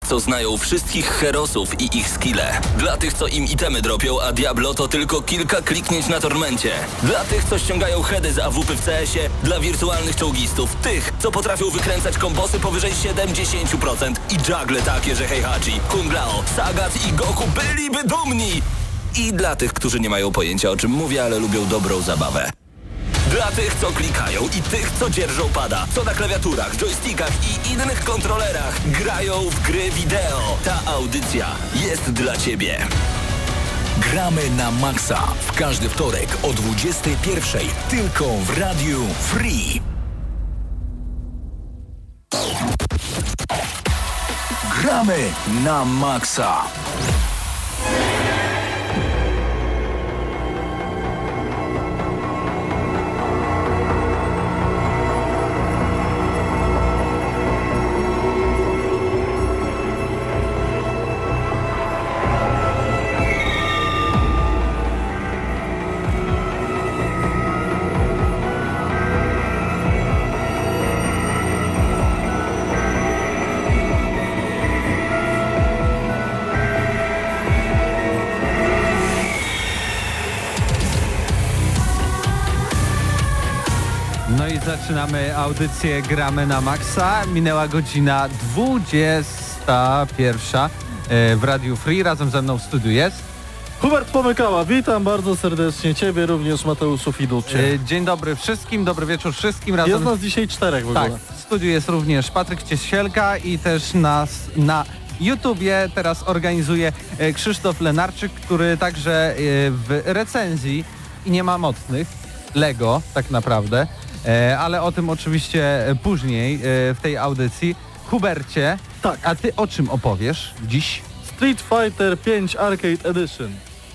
co znają wszystkich herosów i ich skille. Dla tych, co im itemy dropią, a Diablo to tylko kilka kliknięć na Tormencie. Dla tych, co ściągają heady z AWP w CS-ie, dla wirtualnych czołgistów. Tych, co potrafią wykręcać kombosy powyżej 70% i juggle takie, że Heihachi, Kung Lao, Sagat i Goku byliby dumni. I dla tych, którzy nie mają pojęcia, o czym mówię, ale lubią dobrą zabawę. Dla tych, co klikają i tych, co dzierżą pada, co na klawiaturach, joystickach i innych kontrolerach grają w gry wideo. Ta audycja jest dla Ciebie. Gramy na maksa w każdy wtorek o 21:00 tylko w Radiu Free. Gramy na maksa. Zaczynamy audycję Gramy na Maxa. Minęła godzina 21 w Radiu Free. Razem ze mną w studiu jest Hubert Pomykała. Witam bardzo serdecznie Ciebie, również Mateuszu Fiducie. Dzień dobry wszystkim, dobry wieczór wszystkim. Jest nas dzisiaj 4 w ogóle. Tak, w studiu jest również Patryk Ciesielka i też nas na YouTubie teraz organizuje Krzysztof Lenarczyk, który także w recenzji i nie ma mocnych Lego tak naprawdę. Ale o tym oczywiście później w tej audycji. Hubercie, tak. A ty o czym opowiesz dziś? Street Fighter 5 Arcade Edition.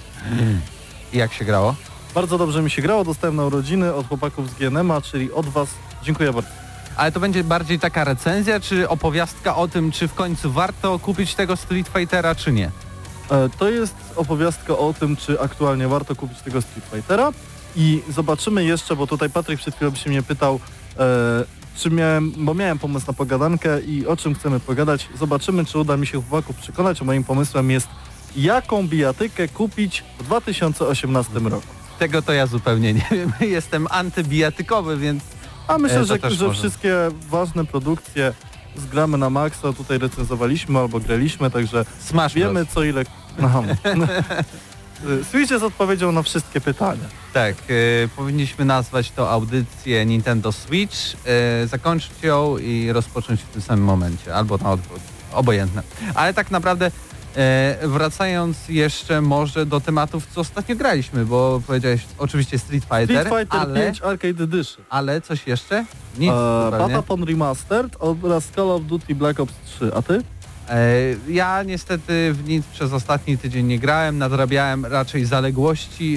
I jak się grało? Bardzo dobrze mi się grało, dostałem na urodziny od chłopaków z GNM-a, czyli od Was. Dziękuję bardzo. Ale to będzie bardziej taka recenzja, czy opowiastka o tym, czy w końcu warto kupić tego Street Fightera, czy nie? To jest opowiastka o tym, czy aktualnie warto kupić tego Street Fightera. I zobaczymy jeszcze, bo tutaj Patryk przed chwilą się mnie pytał, czy miałem pomysł na pogadankę i o czym chcemy pogadać. Zobaczymy, czy uda mi się chłopaków przekonać. Moim pomysłem jest, jaką bijatykę kupić w 2018 roku. Tego to ja zupełnie nie wiem. Jestem antybijatykowy, więc... A myślę, że wszystkie ważne produkcje zgramy na maksa. Tutaj recenzowaliśmy albo graliśmy, także Smash wiemy Bros. co ile... Aha. Switch jest odpowiedzią na wszystkie pytania. Tak, powinniśmy nazwać to audycję Nintendo Switch, zakończyć ją i rozpocząć w tym samym momencie, albo na odwrót, obojętne. Ale tak naprawdę wracając jeszcze może do tematów, co ostatnio graliśmy, bo powiedziałeś oczywiście Street Fighter, ale 5 Arcade Edition. Ale coś jeszcze? Nic Patapon Remastered oraz Call of Duty Black Ops 3, a ty? Ja niestety w nic przez ostatni tydzień nie grałem, nadrabiałem raczej zaległości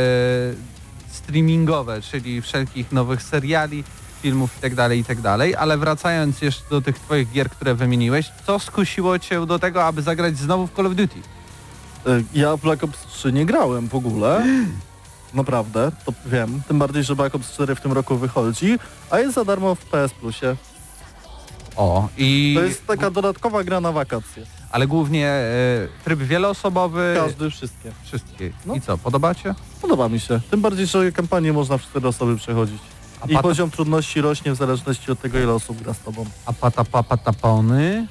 streamingowe, czyli wszelkich nowych seriali, filmów itd., ale wracając jeszcze do tych twoich gier, które wymieniłeś, co skusiło cię do tego, aby zagrać znowu w Call of Duty? Ja w Black Ops 3 nie grałem w ogóle. Naprawdę, to wiem. Tym bardziej, że Black Ops 4 w tym roku wychodzi, a jest za darmo w PS Plusie. O, i... To jest taka dodatkowa gra na wakacje. Ale głównie tryb wieloosobowy... Każdy, wszystkie. Wszystkie. No. I co, podoba cię? Podoba mi się. Tym bardziej, że kampanię można w 4 osoby przechodzić. I poziom trudności rośnie w zależności od tego, ile osób gra z tobą. A patapony?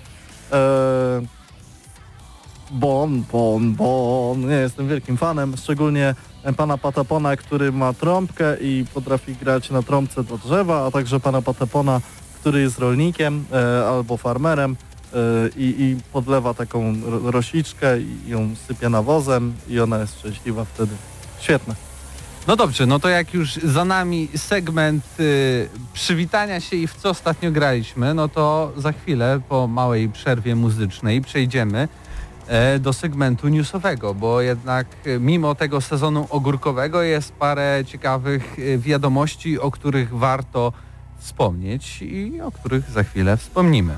Bon. Nie jestem wielkim fanem, szczególnie pana Patapona, który ma trąbkę i potrafi grać na trąbce do drzewa, a także pana Patapona, który jest rolnikiem albo farmerem i podlewa taką rosiczkę i ją sypie nawozem i ona jest szczęśliwa wtedy. Świetne. No dobrze, no to jak już za nami segment przywitania się i w co ostatnio graliśmy, no to za chwilę po małej przerwie muzycznej przejdziemy do segmentu newsowego, bo jednak mimo tego sezonu ogórkowego jest parę ciekawych wiadomości, o których warto wspomnieć i o których za chwilę wspomnimy.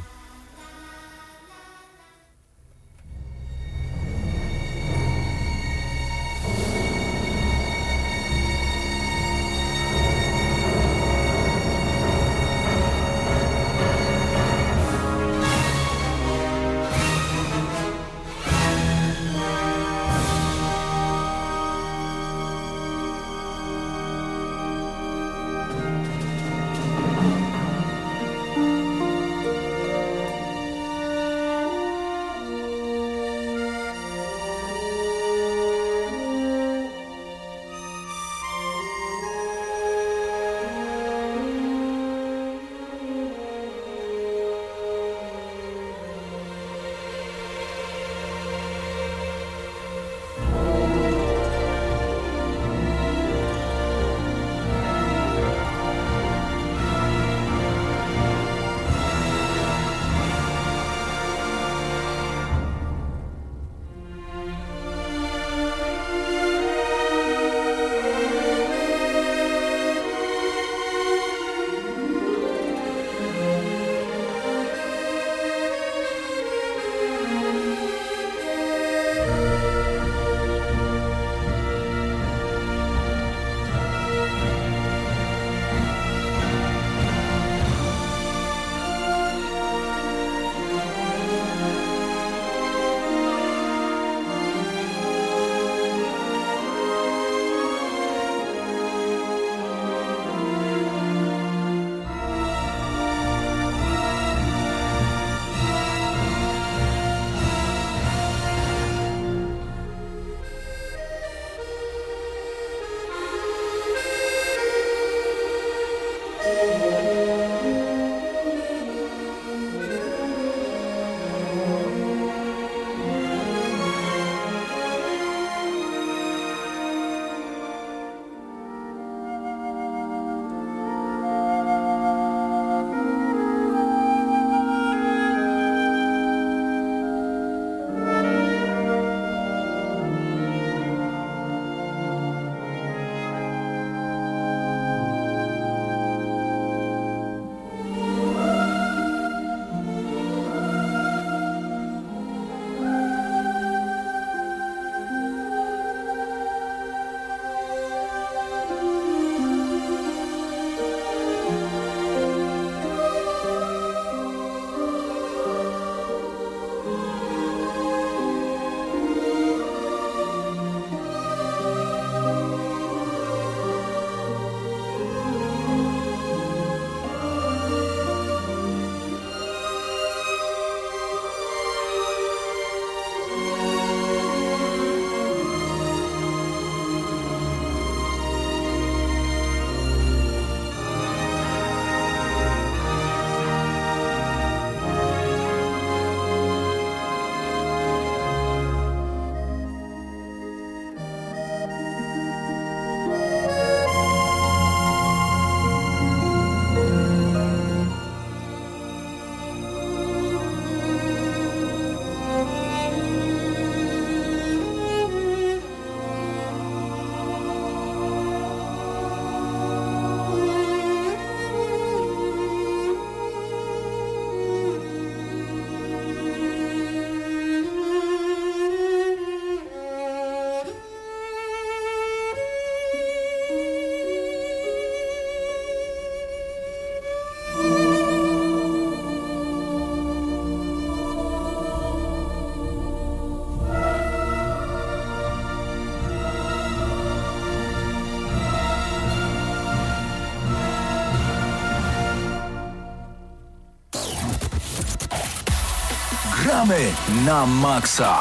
Gramy na maksa.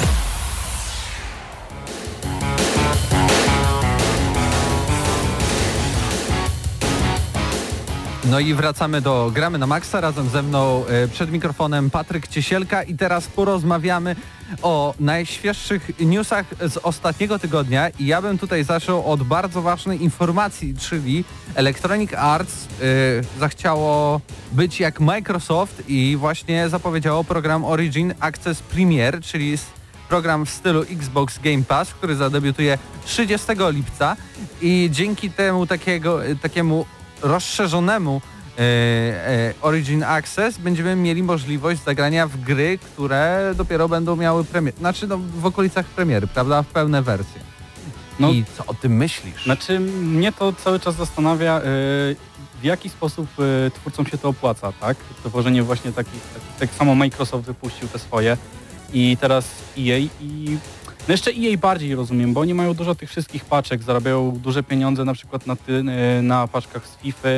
No i wracamy do Gramy na Maxa. Razem ze mną przed mikrofonem Patryk Ciesielka i teraz porozmawiamy o najświeższych newsach z ostatniego tygodnia i ja bym tutaj zaczął od bardzo ważnej informacji, czyli Electronic Arts zachciało być jak Microsoft i właśnie zapowiedziało program Origin Access Premier, czyli program w stylu Xbox Game Pass, który zadebiutuje 30 lipca i dzięki temu takiemu rozszerzonemu Origin Access będziemy mieli możliwość zagrania w gry, które dopiero będą miały w okolicach premiery, prawda? W pełne wersje. No, i co o tym myślisz? Znaczy mnie to cały czas zastanawia, w jaki sposób twórcom się to opłaca, tak? Tworzenie właśnie tak samo Microsoft wypuścił te swoje i teraz EA i no jeszcze EA bardziej rozumiem, bo oni mają dużo tych wszystkich paczek, zarabiają duże pieniądze na przykład na paczkach z FIFA,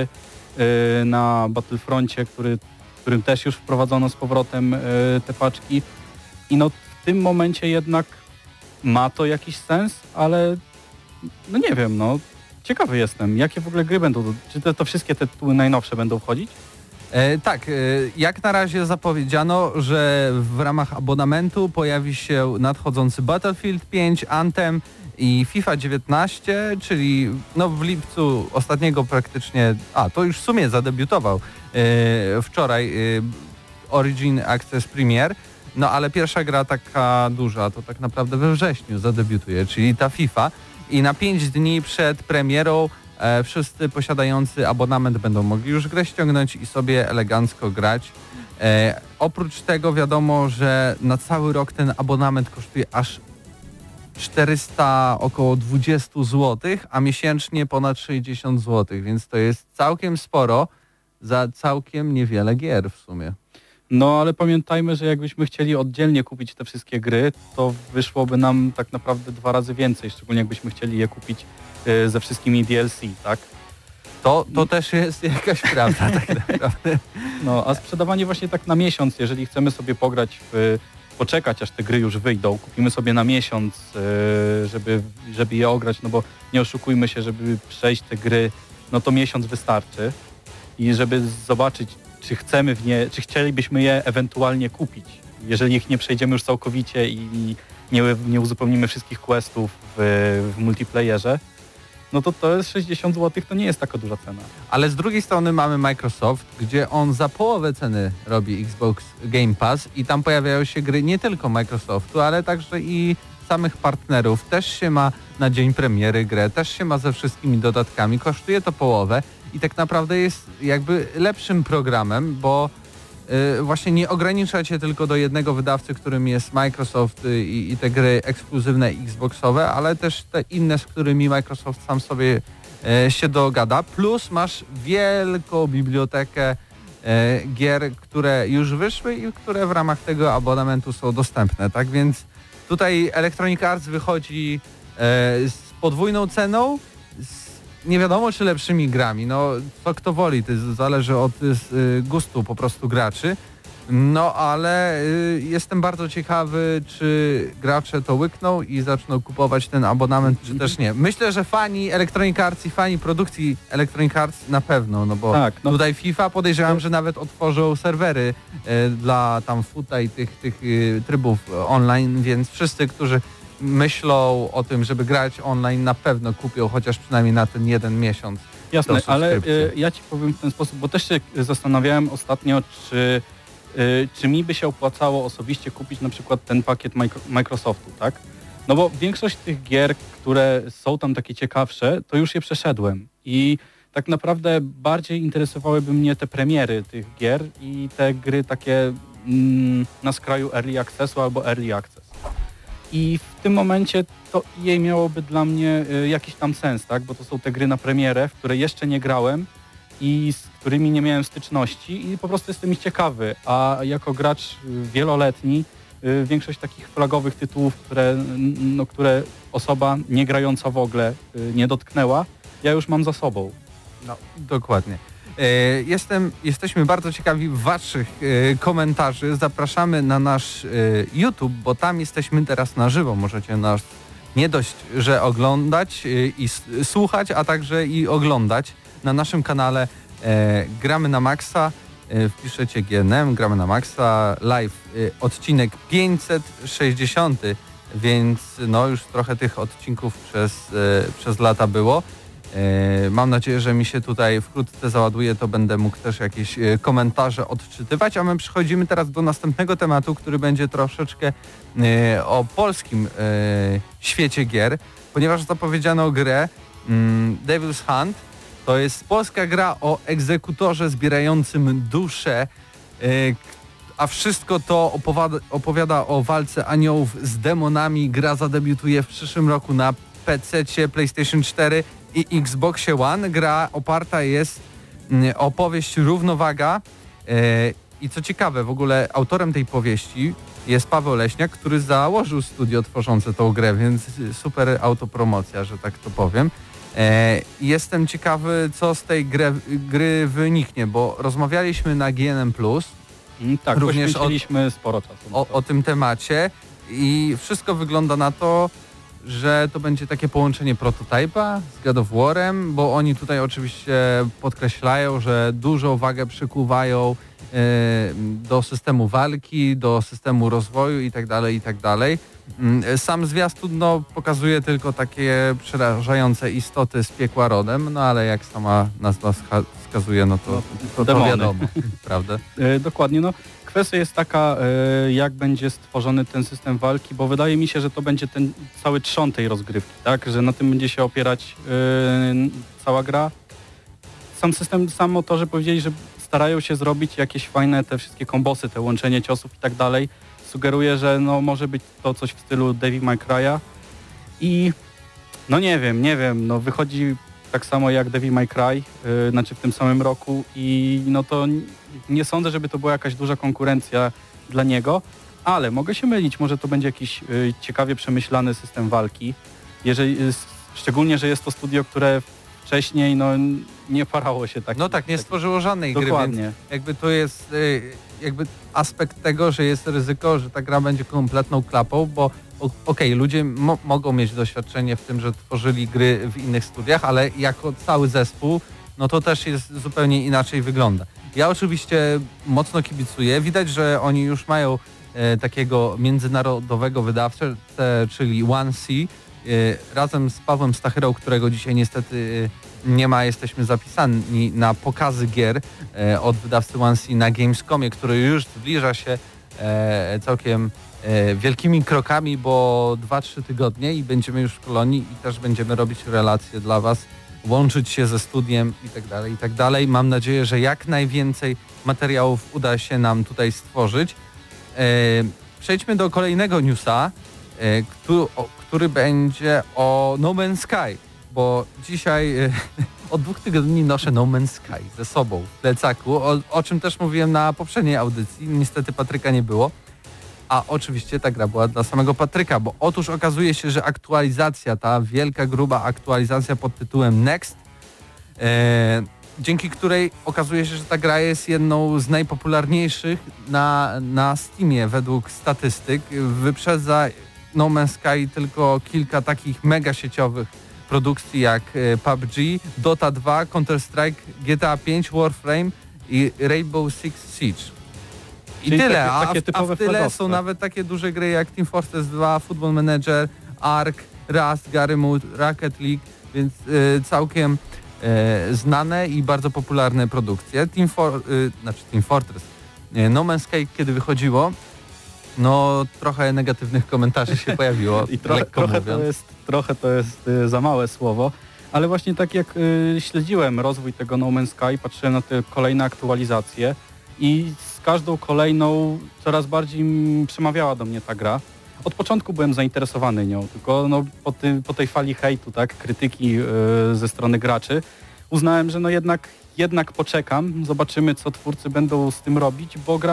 na Battlefroncie, którym też już wprowadzono z powrotem te paczki i no w tym momencie jednak ma to jakiś sens, ale no nie wiem, no ciekawy jestem, jakie w ogóle gry będą, czy to wszystkie te tytuły najnowsze będą wchodzić? Tak, jak na razie zapowiedziano, że w ramach abonamentu pojawi się nadchodzący Battlefield 5, Anthem i FIFA 19, czyli no w lipcu ostatniego praktycznie, to już w sumie zadebiutował wczoraj Origin Access Premier, no ale pierwsza gra taka duża to tak naprawdę we wrześniu zadebiutuje, czyli ta FIFA i na 5 dni przed premierą wszyscy posiadający abonament będą mogli już grę ściągnąć i sobie elegancko grać. Oprócz tego wiadomo, że na cały rok ten abonament kosztuje aż 400, około 20 zł, a miesięcznie ponad 60 zł, więc to jest całkiem sporo za całkiem niewiele gier w sumie. No ale pamiętajmy, że jakbyśmy chcieli oddzielnie kupić te wszystkie gry, to wyszłoby nam tak naprawdę 2 razy więcej, szczególnie jakbyśmy chcieli je kupić ze wszystkimi DLC, tak? To też jest jakaś prawda tak naprawdę. No a sprzedawanie właśnie tak na miesiąc, jeżeli chcemy sobie pograć poczekać aż te gry już wyjdą, kupimy sobie na miesiąc, żeby je ograć, no bo nie oszukujmy się, żeby przejść te gry, no to miesiąc wystarczy i żeby zobaczyć, czy chcielibyśmy je ewentualnie kupić. Jeżeli ich nie przejdziemy już całkowicie i nie uzupełnimy wszystkich questów w multiplayerze, no to jest 60 zł, to nie jest taka duża cena. Ale z drugiej strony mamy Microsoft, gdzie on za połowę ceny robi Xbox Game Pass i tam pojawiają się gry nie tylko Microsoftu, ale także i samych partnerów. Też się ma na dzień premiery grę, też się ma ze wszystkimi dodatkami, kosztuje to połowę i tak naprawdę jest jakby lepszym programem, bo właśnie nie ogranicza się tylko do jednego wydawcy, którym jest Microsoft i te gry ekskluzywne Xboxowe, ale też te inne, z którymi Microsoft sam sobie się dogada. Plus masz wielką bibliotekę gier, które już wyszły i które w ramach tego abonamentu są dostępne. Tak więc tutaj Electronic Arts wychodzi z podwójną ceną, nie wiadomo czy lepszymi grami, no co kto woli, to zależy od gustu po prostu graczy, no ale jestem bardzo ciekawy, czy gracze to łykną i zaczną kupować ten abonament, czy też nie. Myślę, że fani Electronic Arts i fani produkcji Electronic Arts na pewno, no bo tak, no. Tutaj FIFA podejrzewam, że nawet otworzą serwery dla tam futa i tych trybów online, więc wszyscy, którzy myślą o tym, żeby grać online, na pewno kupią chociaż przynajmniej na ten jeden miesiąc. Jasne, ale ja Ci powiem w ten sposób, bo też się zastanawiałem ostatnio, czy mi by się opłacało osobiście kupić na przykład ten pakiet Microsoftu, tak? No bo większość tych gier, które są tam takie ciekawsze, to już je przeszedłem i tak naprawdę bardziej interesowałyby mnie te premiery tych gier i te gry takie na skraju Early Accessu albo Early Access. I w tym momencie to jej miałoby dla mnie jakiś tam sens, tak? Bo to są te gry na premierę, w które jeszcze nie grałem i z którymi nie miałem styczności i po prostu jestem ich ciekawy. A jako gracz wieloletni większość takich flagowych tytułów, które osoba nie grająca w ogóle nie dotknęła, ja już mam za sobą. No, dokładnie. Jesteśmy bardzo ciekawi waszych komentarzy. Zapraszamy na nasz YouTube, bo tam jesteśmy teraz na żywo. Możecie nas nie dość, że oglądać i słuchać, a także i oglądać na naszym kanale Gramy na Maxa. Wpiszecie GNM, Gramy na Maxa, live, odcinek 560, więc no już trochę tych odcinków przez lata było. Mam nadzieję, że mi się tutaj wkrótce załaduje, to będę mógł też jakieś komentarze odczytywać, a my przechodzimy teraz do następnego tematu, który będzie troszeczkę o polskim świecie gier, ponieważ zapowiedziano grę Devil's Hunt. To jest polska gra o egzekutorze zbierającym dusze, a wszystko to opowiada o walce aniołów z demonami. Gra zadebiutuje w przyszłym roku na PC, PlayStation 4 i Xboxie One. Gra oparta jest o powieść Równowaga i co ciekawe, w ogóle autorem tej powieści jest Paweł Leśniak, który założył studio tworzące tą grę, więc super autopromocja, że tak to powiem. Jestem ciekawy, co z tej gry wyniknie, bo rozmawialiśmy na GNM+. Tak, również poświęciliśmy sporo czasu. O tym temacie i wszystko wygląda na to, że to będzie takie połączenie prototypa z God of War'em, bo oni tutaj oczywiście podkreślają, że dużą wagę przykuwają do systemu walki, do systemu rozwoju itd., itd. Sam zwiastun pokazuje tylko takie przerażające istoty z piekła rodem, no ale jak sama nazwa wskazuje, to wiadomo, prawda? Dokładnie, kwestia jest taka, jak będzie stworzony ten system walki, bo wydaje mi się, że to będzie ten cały trzon tej rozgrywki, tak? Że na tym będzie się opierać cała gra. Sam system, samo to, że powiedzieli, że starają się zrobić jakieś fajne te wszystkie kombosy, te łączenie ciosów i tak dalej, sugeruje, że może być to coś w stylu Devil May Cry'a i nie wiem, wychodzi tak samo jak Devil May Cry, znaczy w tym samym roku i to nie sądzę, żeby to była jakaś duża konkurencja dla niego, ale mogę się mylić, może to będzie jakiś ciekawie przemyślany system walki, szczególnie, że jest to studio, które wcześniej nie parało się tak. Nie stworzyło żadnej gry, więc jakby to jest jakby aspekt tego, że jest ryzyko, że ta gra będzie kompletną klapą, bo ludzie mogą mieć doświadczenie w tym, że tworzyli gry w innych studiach, ale jako cały zespół, to też jest zupełnie inaczej wygląda. Ja oczywiście mocno kibicuję. Widać, że oni już mają takiego międzynarodowego wydawcę, czyli 1C. Razem z Pawłem Stachyrą, którego dzisiaj niestety nie ma, jesteśmy zapisani na pokazy gier od wydawcy 1C na Gamescomie, który już zbliża się całkiem wielkimi krokami, bo 2-3 tygodnie i będziemy już w Kolonii i też będziemy robić relacje dla Was, łączyć się ze studiem i tak dalej. Mam nadzieję, że jak najwięcej materiałów uda się nam tutaj stworzyć. Przejdźmy do kolejnego newsa, który będzie o No Man's Sky, bo dzisiaj od 2 tygodni noszę No Man's Sky ze sobą w plecaku, o czym też mówiłem na poprzedniej audycji, niestety Patryka nie było, a oczywiście ta gra była dla samego Patryka, bo otóż okazuje się, że aktualizacja, ta wielka, gruba aktualizacja pod tytułem Next, dzięki której okazuje się, że ta gra jest jedną z najpopularniejszych na Steamie według statystyk, wyprzedza No Man's Sky tylko kilka takich mega sieciowych produkcji jak PUBG, Dota 2, Counter-Strike, GTA 5, Warframe i Rainbow Six Siege. I czyli tyle, takie a w tyle są nawet takie duże gry jak Team Fortress 2, Football Manager, Ark, Rust, Garry Mood, Rocket League, więc całkiem znane i bardzo popularne produkcje. Team Fortress. No Man's Sky kiedy wychodziło, trochę negatywnych komentarzy się pojawiło. I trochę to jest za małe słowo, ale właśnie tak jak śledziłem rozwój tego No Man's Sky, patrzyłem na te kolejne aktualizacje i z każdą kolejną coraz bardziej przemawiała do mnie ta gra. Od początku byłem zainteresowany nią, tylko po tej fali hejtu, tak, krytyki ze strony graczy, uznałem, że jednak poczekam, zobaczymy, co twórcy będą z tym robić, bo gra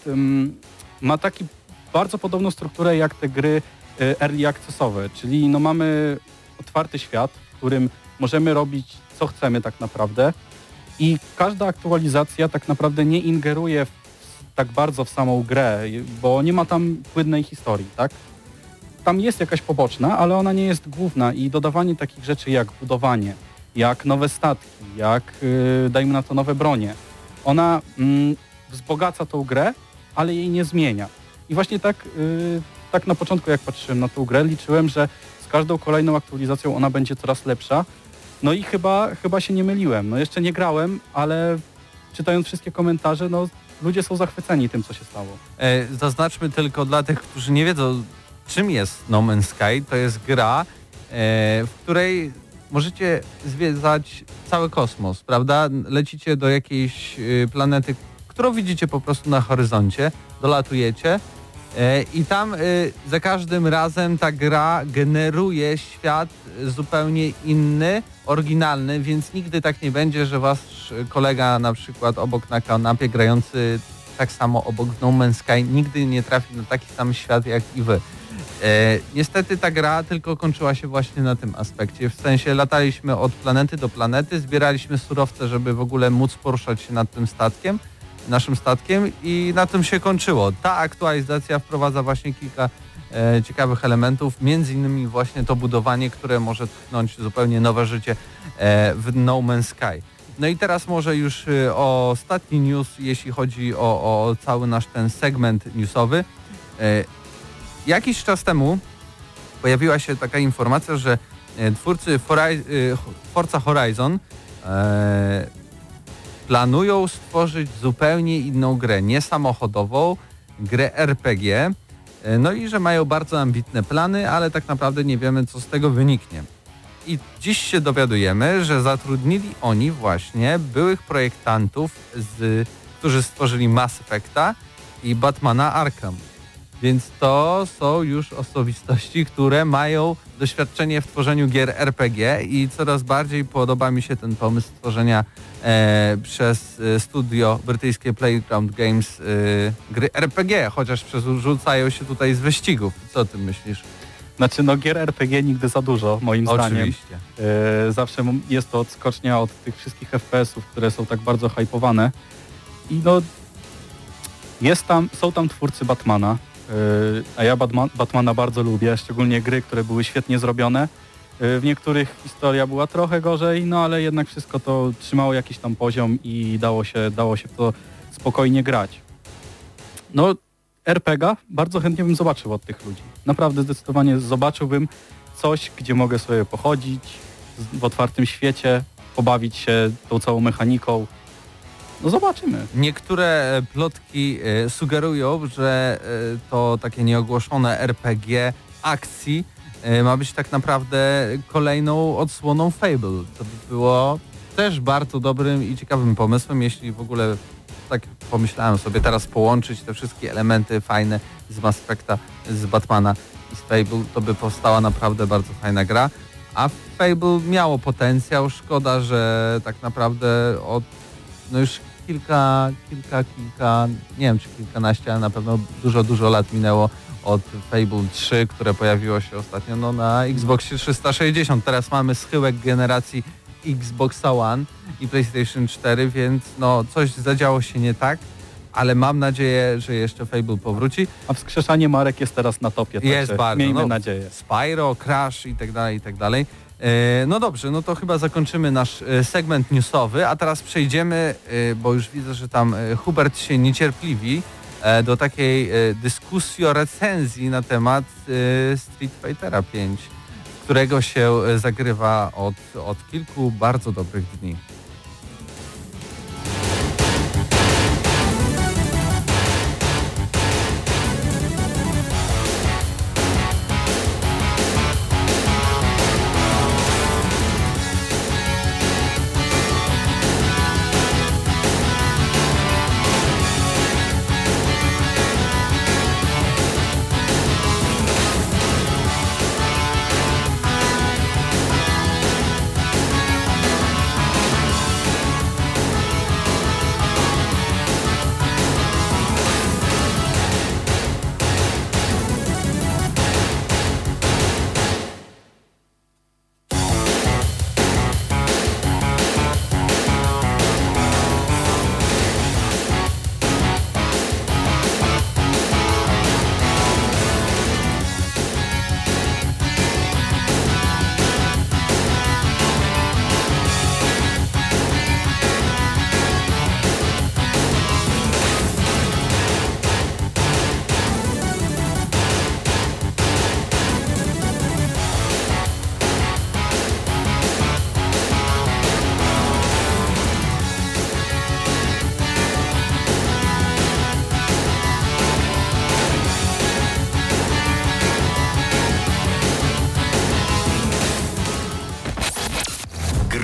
ma taki bardzo podobną strukturę jak te gry early accessowe, czyli mamy otwarty świat, w którym możemy robić co chcemy tak naprawdę I każda aktualizacja tak naprawdę nie ingeruje tak bardzo w samą grę, bo nie ma tam płynnej historii, tak? Tam jest jakaś poboczna, ale ona nie jest główna i dodawanie takich rzeczy jak budowanie, jak nowe statki, jak dajmy na to nowe bronie, ona wzbogaca tą grę, ale jej nie zmienia. I właśnie tak na początku jak patrzyłem na tą grę, liczyłem, że z każdą kolejną aktualizacją ona będzie coraz lepsza. No i chyba się nie myliłem. No jeszcze nie grałem, ale czytając wszystkie komentarze, no ludzie są zachwyceni tym, co się stało. Zaznaczmy tylko dla tych, którzy nie wiedzą, czym jest No Man's Sky. To jest gra, w której możecie zwiedzać cały kosmos, prawda? Lecicie do jakiejś planety, którą widzicie po prostu na horyzoncie, dolatujecie i tam za każdym razem ta gra generuje świat zupełnie inny, oryginalny, więc nigdy tak nie będzie, że wasz kolega na przykład obok na kanapie grający tak samo obok w No Man's Sky nigdy nie trafi na taki sam świat jak i wy. Niestety ta gra tylko kończyła się właśnie na tym aspekcie, w sensie lataliśmy od planety do planety, zbieraliśmy surowce, żeby w ogóle móc poruszać się nad tym statkiem, naszym statkiem i na tym się kończyło. Ta aktualizacja wprowadza właśnie kilka ciekawych elementów, między innymi właśnie to budowanie, które może tchnąć zupełnie nowe życie w No Man's Sky. No i teraz może już ostatni news, jeśli chodzi o cały nasz ten segment newsowy. Jakiś czas temu pojawiła się taka informacja, że twórcy Forza Horizon planują stworzyć zupełnie inną grę, nie samochodową, grę RPG, no i że mają bardzo ambitne plany, ale tak naprawdę nie wiemy, co z tego wyniknie. I dziś się dowiadujemy, że zatrudnili oni właśnie byłych projektantów, którzy stworzyli Mass Effecta i Batmana Arkham. Więc to są już osobistości, które mają doświadczenie w tworzeniu gier RPG i coraz bardziej podoba mi się ten pomysł stworzenia przez studio brytyjskie Playground Games gry RPG, chociaż przerzucają się tutaj z wyścigów. Co o tym myślisz? Znaczy no gier RPG nigdy za dużo, moim zdaniem. Oczywiście. Zawsze jest to odskocznia od tych wszystkich FPS-ów, które są tak bardzo hypowane. I no są tam twórcy Batmana, a ja Batmana bardzo lubię, szczególnie gry, które były świetnie zrobione. W niektórych historia była trochę gorzej, no ale jednak wszystko to trzymało jakiś tam poziom i dało się w to spokojnie grać. No RPG bardzo chętnie bym zobaczył od tych ludzi. Naprawdę zdecydowanie zobaczyłbym coś, gdzie mogę sobie pochodzić w otwartym świecie, pobawić się tą całą mechaniką. No zobaczymy. Niektóre plotki sugerują, że to takie nieogłoszone RPG akcji ma być tak naprawdę kolejną odsłoną Fable. To by było też bardzo dobrym i ciekawym pomysłem, jeśli w ogóle tak pomyślałem sobie teraz połączyć te wszystkie elementy fajne z Mass Effecta, z Batmana i z Fable, to by powstała naprawdę bardzo fajna gra. A Fable miało potencjał, szkoda, że tak naprawdę już kilka, nie wiem czy kilkanaście, ale na pewno dużo lat minęło od Fable 3, które pojawiło się ostatnio na Xboxie 360. Teraz mamy schyłek generacji Xboxa One i PlayStation 4, więc coś zadziało się nie tak, ale mam nadzieję, że jeszcze Fable powróci. A wskrzeszanie marek jest teraz na topie, jest bardzo, miejmy nadzieję. Spyro, Crash i tak dalej. No dobrze, no to chyba zakończymy nasz segment newsowy, a teraz przejdziemy, bo już widzę, że tam Hubert się niecierpliwi, do takiej dyskusji o recenzji na temat Street Fightera 5, którego się zagrywa od kilku bardzo dobrych dni.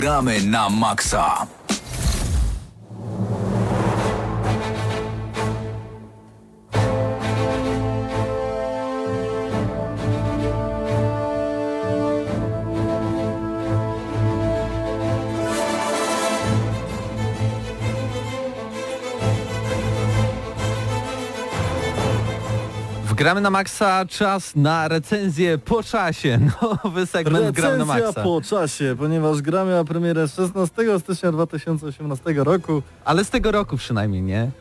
Gramy na maksa. Gramy na maksa, czas na recenzję po czasie. Nowy segment Gramy na maksa. Recenzja po czasie, ponieważ gra miała premierę 16 stycznia 2018 roku. Ale z tego roku przynajmniej, nie?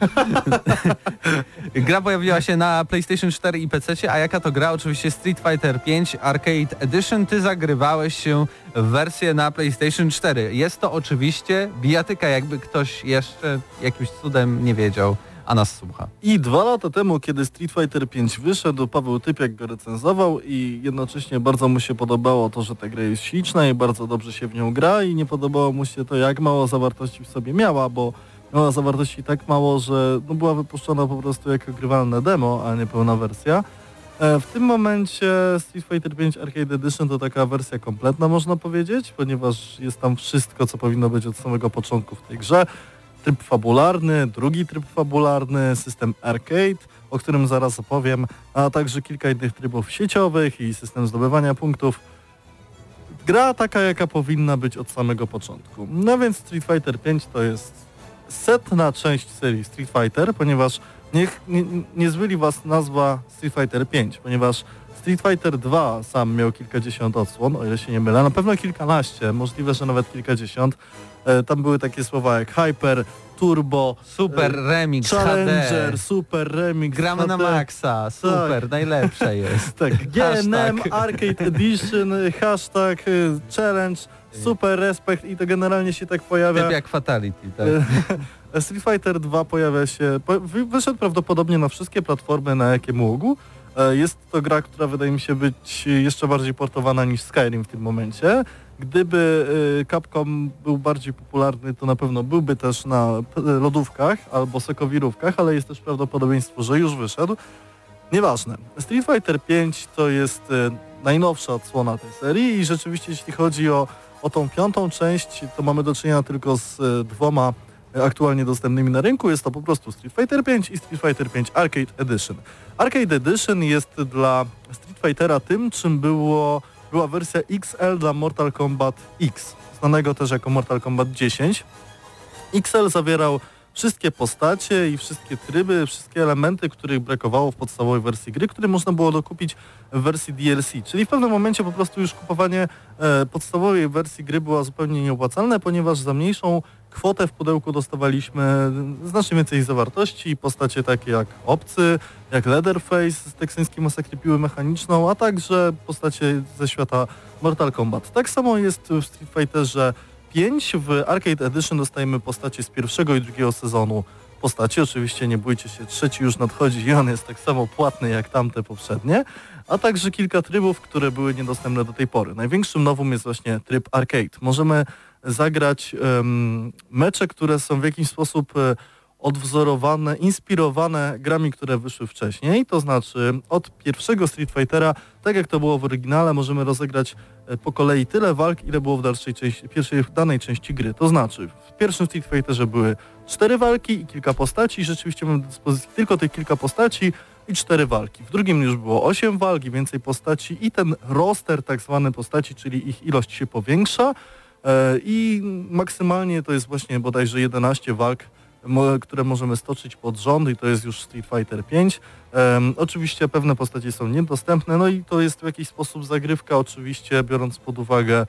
Gra pojawiła się na PlayStation 4 i PC, a jaka to gra? Oczywiście Street Fighter 5 Arcade Edition. Ty zagrywałeś się w wersję na PlayStation 4. Jest to oczywiście bijatyka, jakby ktoś jeszcze jakimś cudem nie wiedział, a nas słucha. I 2 lata temu, kiedy Street Fighter 5 wyszedł, Paweł Typiak go recenzował i jednocześnie bardzo mu się podobało to, że ta gra jest śliczna i bardzo dobrze się w nią gra i nie podobało mu się to, jak mało zawartości w sobie miała, bo miała zawartości tak mało, że była wypuszczona po prostu jako grywalne demo, a nie pełna wersja. W tym momencie Street Fighter 5 Arcade Edition to taka wersja kompletna, można powiedzieć, ponieważ jest tam wszystko, co powinno być od samego początku w tej grze. Tryb fabularny, drugi tryb fabularny, system arcade, o którym zaraz opowiem, a także kilka innych trybów sieciowych i system zdobywania punktów. Gra taka, jaka powinna być od samego początku. No więc Street Fighter 5 to jest 100. część serii Street Fighter, ponieważ nie zbyli was nazwa Street Fighter 5, ponieważ Street Fighter 2 sam miał kilkadziesiąt odsłon, o ile się nie mylę, na pewno kilkanaście, możliwe, że nawet kilkadziesiąt. Tam były takie słowa jak Hyper, Turbo, Super Remix, Challenger, HD. Super Remix, Gramy na HD. maksa, super, Tak. najlepsze jest. Tak, GNM, Hashtag. Arcade Edition, hashtag, challenge, super respekt i to generalnie się tak pojawia. Typ jak Fatality, tak. Street Fighter 2 pojawia się, wyszedł prawdopodobnie na wszystkie platformy, na jakie mógł. Jest to gra, która wydaje mi się być jeszcze bardziej portowana niż Skyrim w tym momencie. Gdyby Capcom był bardziej popularny, to na pewno byłby też na lodówkach albo sokowirówkach, ale jest też prawdopodobieństwo, że już wyszedł. Nieważne. Street Fighter 5 to jest najnowsza odsłona tej serii i rzeczywiście jeśli chodzi o tą 5. część, to mamy do czynienia tylko z 2 aktualnie dostępnymi na rynku. Jest to po prostu Street Fighter 5 i Street Fighter 5 Arcade Edition. Arcade Edition jest dla Street Fightera tym, czym była wersja XL dla Mortal Kombat X, znanego też jako Mortal Kombat 10. XL zawierał wszystkie postacie i wszystkie tryby, wszystkie elementy, których brakowało w podstawowej wersji gry, które można było dokupić w wersji DLC. Czyli w pewnym momencie po prostu już kupowanie podstawowej wersji gry było zupełnie nieopłacalne, ponieważ za mniejszą kwotę w pudełku dostawaliśmy znacznie więcej zawartości, postacie takie jak Obcy, jak Leatherface z teksańskiej masakry piły mechaniczną, a także postacie ze świata Mortal Kombat. Tak samo jest w Street Fighterze 5. W Arcade Edition dostajemy postacie z 1. i 2. sezonu postaci. Oczywiście nie bójcie się, 3. już nadchodzi i on jest tak samo płatny jak tamte poprzednie, a także kilka trybów, które były niedostępne do tej pory. Największym nowum jest właśnie tryb arcade. Możemy zagrać mecze, które są w jakiś sposób odwzorowane, inspirowane grami, które wyszły wcześniej, to znaczy od pierwszego Street Fightera, tak jak to było w oryginale, możemy rozegrać po kolei tyle walk, ile było w pierwszej danej części gry. To znaczy w pierwszym Street Fighterze były 4 walki i kilka postaci, rzeczywiście mamy do dyspozycji tylko tych kilka postaci i 4 walki. W drugim już było 8 walk i więcej postaci i ten roster tak zwany postaci, czyli ich ilość się powiększa i maksymalnie to jest właśnie bodajże 11 walk, które możemy stoczyć pod rząd i to jest już Street Fighter 5. Oczywiście pewne postacie są niedostępne, no i to jest w jakiś sposób zagrywka, oczywiście biorąc pod uwagę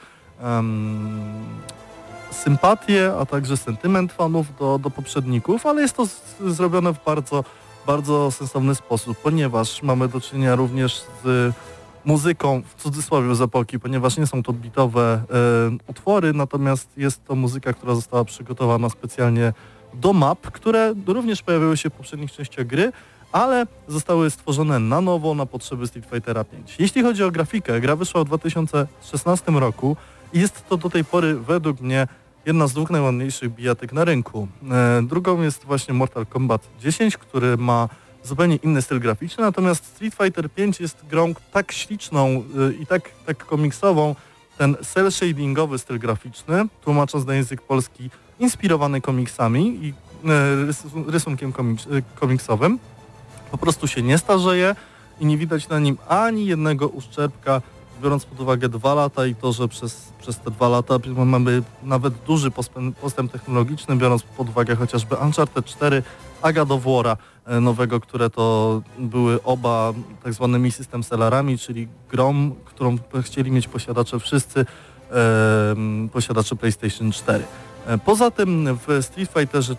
sympatię, a także sentyment fanów do poprzedników, ale jest to zrobione w bardzo, bardzo sensowny sposób, ponieważ mamy do czynienia również z muzyką, w cudzysłowie z epoki, ponieważ nie są to bitowe utwory, natomiast jest to muzyka, która została przygotowana specjalnie do map, które również pojawiły się w poprzednich częściach gry, ale zostały stworzone na nowo na potrzeby Street Fightera 5. Jeśli chodzi o grafikę, gra wyszła w 2016 roku i jest to do tej pory według mnie jedna z 2 najładniejszych bijatyk na rynku. Drugą jest właśnie Mortal Kombat 10, który ma zupełnie inny styl graficzny, natomiast Street Fighter 5 jest grą tak śliczną i tak komiksową, ten cel shadingowy styl graficzny, tłumacząc na język polski, inspirowany komiksami i rysunkiem komiksowym, po prostu się nie starzeje i nie widać na nim ani jednego uszczerbka, biorąc pod uwagę 2 lata i to, że przez te 2 lata mamy nawet duży postęp technologiczny, biorąc pod uwagę chociażby Uncharted 4, a God of War'a nowego, które to były oba tak zwanymi system sellerami, czyli grą, którą chcieli mieć posiadacze wszyscy posiadacze PlayStation 4. Poza tym w Street Fighterze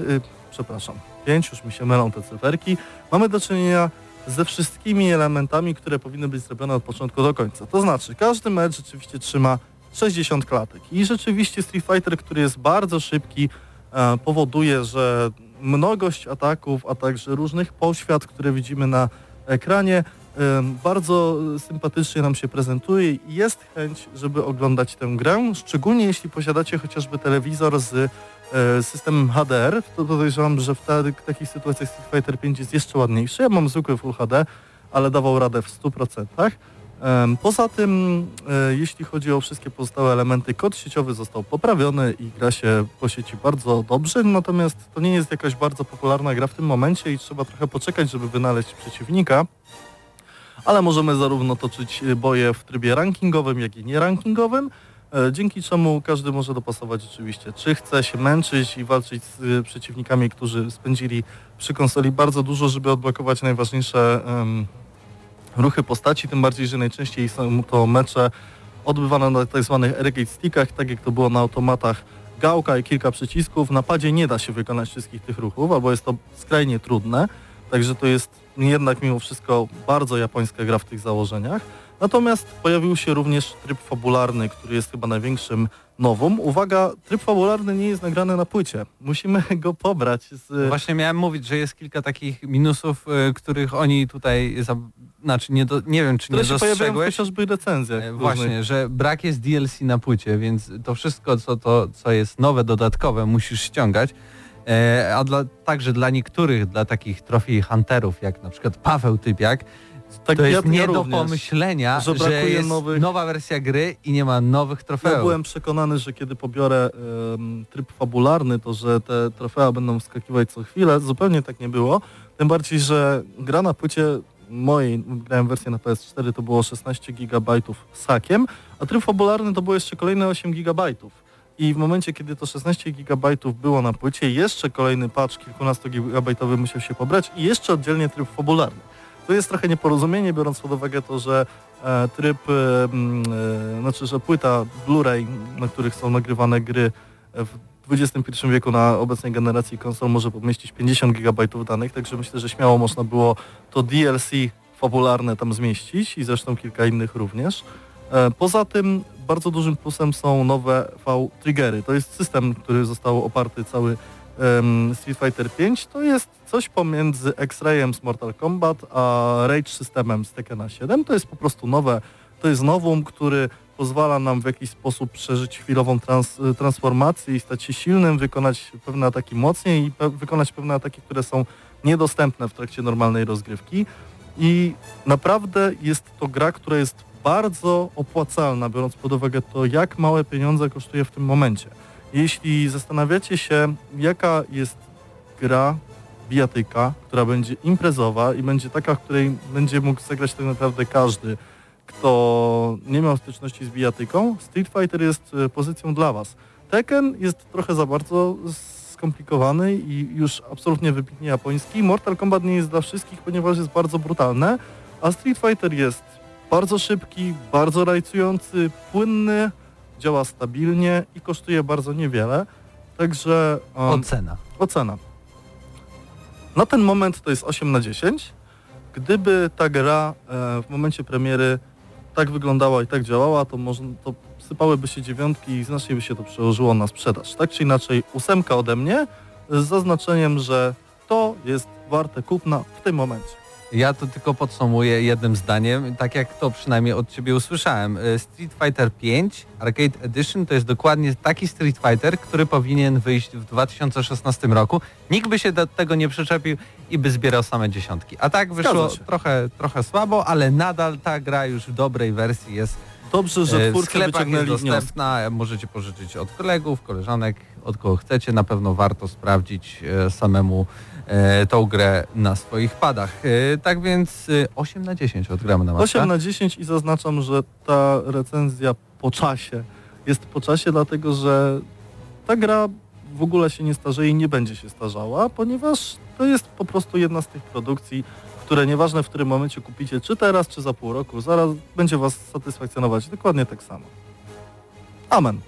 5, już mi się mylą te cyferki, mamy do czynienia ze wszystkimi elementami, które powinny być zrobione od początku do końca. To znaczy, każdy mecz rzeczywiście trzyma 60 klatek i rzeczywiście Street Fighter, który jest bardzo szybki, powoduje, że mnogość ataków, a także różnych poświat, które widzimy na ekranie, bardzo sympatycznie nam się prezentuje i jest chęć, żeby oglądać tę grę, szczególnie jeśli posiadacie chociażby telewizor z systemem HDR, to podejrzewam, że w takich sytuacjach Street Fighter 5 jest jeszcze ładniejszy. Ja mam zwykły Full HD, ale dawał radę w 100%. Poza tym, jeśli chodzi o wszystkie pozostałe elementy, kod sieciowy został poprawiony i gra się po sieci bardzo dobrze, natomiast to nie jest jakaś bardzo popularna gra w tym momencie i trzeba trochę poczekać, żeby wynaleźć przeciwnika, ale możemy zarówno toczyć boje w trybie rankingowym, jak i nierankingowym, dzięki czemu każdy może dopasować rzeczywiście, czy chce się męczyć i walczyć z przeciwnikami, którzy spędzili przy konsoli bardzo dużo, żeby odblokować najważniejsze ruchy postaci, tym bardziej, że najczęściej są to mecze odbywane na tak zwanych arcade stickach, tak jak to było na automatach, gałka i kilka przycisków. Na padzie nie da się wykonać wszystkich tych ruchów, albo jest to skrajnie trudne, także to jest jednak mimo wszystko bardzo japońska gra w tych założeniach. Natomiast pojawił się również tryb fabularny, który jest chyba największym nowum. Uwaga, tryb fabularny nie jest nagrany na płycie. Musimy go pobrać z... Właśnie miałem mówić, że jest kilka takich minusów, których oni tutaj, nie wiem, czy nie dostrzegłeś. Chociażby recenzjach. Właśnie, że brak jest DLC na płycie, więc to wszystko, co jest nowe, dodatkowe, musisz ściągać. A także dla niektórych, dla takich trofei hunterów, jak na przykład Paweł Typiak, to jest nie do pomyślenia, że jest nowa wersja gry i nie ma nowych trofeów. Ja byłem przekonany, że kiedy pobiorę tryb fabularny, to że te trofea będą wskakiwać co chwilę. Zupełnie tak nie było. Tym bardziej, że gra na płycie mojej, grałem wersję na PS4, to było 16 GB z hakiem, a tryb fabularny to było jeszcze kolejne 8 GB. I w momencie, kiedy to 16 GB było na płycie, jeszcze kolejny patch kilkunastogigabajtowy musiał się pobrać i jeszcze oddzielnie tryb fabularny. To jest trochę nieporozumienie, biorąc pod uwagę to, że że płyta Blu-ray, na których są nagrywane gry w XXI wieku na obecnej generacji konsol może pomieścić 50 GB danych, także myślę, że śmiało można było to DLC fabularne tam zmieścić i zresztą kilka innych również. Poza tym bardzo dużym plusem są nowe V-triggery. To jest system, który został oparty cały Street Fighter 5. To jest coś pomiędzy X-Rayem z Mortal Kombat a Rage systemem z Tekkena 7. To jest po prostu nowe, to jest nowum, który pozwala nam w jakiś sposób przeżyć chwilową transformację i stać się silnym, wykonać pewne ataki mocniej i wykonać pewne ataki, które są niedostępne w trakcie normalnej rozgrywki. I naprawdę jest to gra, która jest bardzo opłacalna, biorąc pod uwagę to, jak małe pieniądze kosztuje w tym momencie. Jeśli zastanawiacie się, jaka jest gra, bijatyka, która będzie imprezowa i będzie taka, w której będzie mógł zagrać tak naprawdę każdy, kto nie miał styczności z bijatyką, Street Fighter jest pozycją dla Was. Tekken jest trochę za bardzo skomplikowany i już absolutnie wybitnie japoński. Mortal Kombat nie jest dla wszystkich, ponieważ jest bardzo brutalne, a Street Fighter jest bardzo szybki, bardzo rajcujący, płynny, działa stabilnie i kosztuje bardzo niewiele. Także... Ocena. Na ten moment to jest 8/10. Gdyby ta gra w momencie premiery tak wyglądała i tak działała, to sypałyby się 9 i znacznie by się to przełożyło na sprzedaż. Tak czy inaczej 8 ode mnie z zaznaczeniem, że to jest warte kupna w tym momencie. Ja to tylko podsumuję jednym zdaniem, tak jak to przynajmniej od Ciebie usłyszałem. Street Fighter 5 Arcade Edition to jest dokładnie taki Street Fighter, który powinien wyjść w 2016 roku. Nikt by się do tego nie przyczepił i by zbierał same dziesiątki. A tak wyszło trochę słabo, ale nadal ta gra już w dobrej wersji jest Dobrze, że W twórcy sklepach jest wyciągnęli wnioski. dostępna, możecie pożyczyć od kolegów, koleżanek, od kogo chcecie. Na pewno warto sprawdzić samemu tą grę na swoich padach. Tak więc 8 na 10 odgramy na maksa. 8 na 10 i zaznaczam, że ta recenzja po czasie jest po czasie, dlatego że ta gra w ogóle się nie starzeje i nie będzie się starzała, ponieważ to jest po prostu jedna z tych produkcji, które nieważne w którym momencie kupicie, czy teraz, czy za pół roku, zaraz będzie was satysfakcjonować dokładnie tak samo. Amen.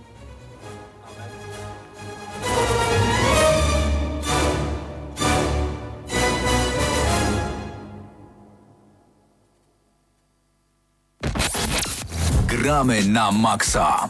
Gramy na maksa.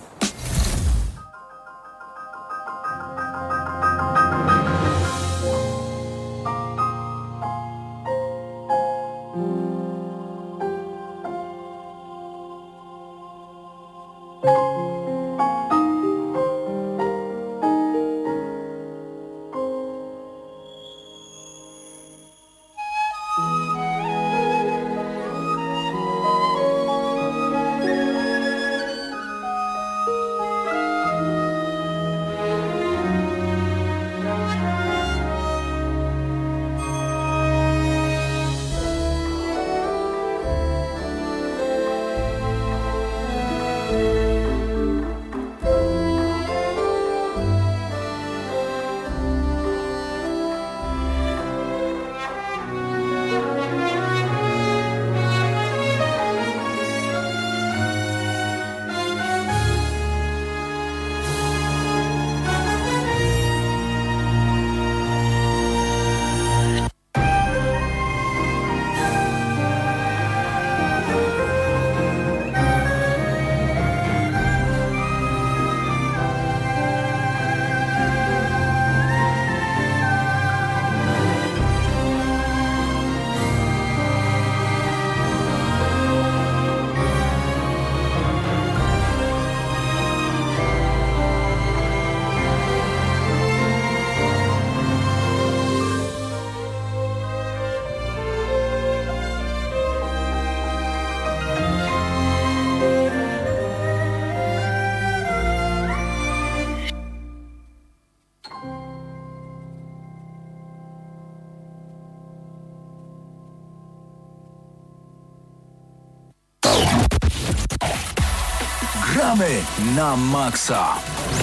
Gramy na maksa.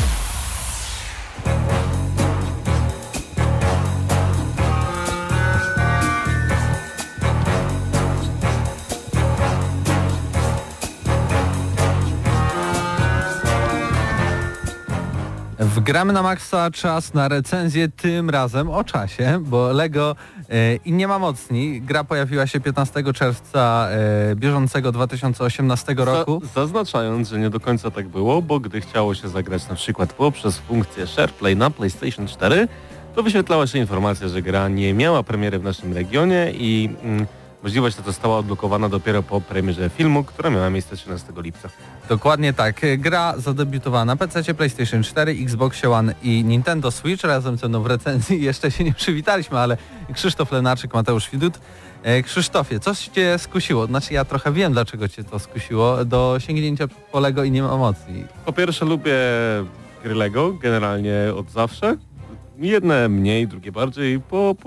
W Gramy na maksa czas na recenzję, tym razem o czasie, bo Lego i nie ma mocni. Gra pojawiła się 15 czerwca bieżącego 2018 roku. Zaznaczając, że nie do końca tak było, bo gdy chciało się zagrać na przykład poprzez funkcję SharePlay na PlayStation 4, to wyświetlała się informacja, że gra nie miała premiery w naszym regionie i możliwość ta została odblokowana dopiero po premierze filmu, która miała miejsce 13 lipca. Dokładnie tak. Gra zadebiutowała na PC, PlayStation 4, Xbox One i Nintendo Switch. Razem ze mną w recenzji jeszcze się nie przywitaliśmy, ale Krzysztof Lenarczyk, Mateusz Widut. Krzysztofie, coś Cię skusiło? Znaczy ja trochę wiem, dlaczego Cię to skusiło do sięgnięcia po Lego i nie ma emocji. Po pierwsze lubię gry Lego, generalnie od zawsze. Jedne mniej, drugie bardziej.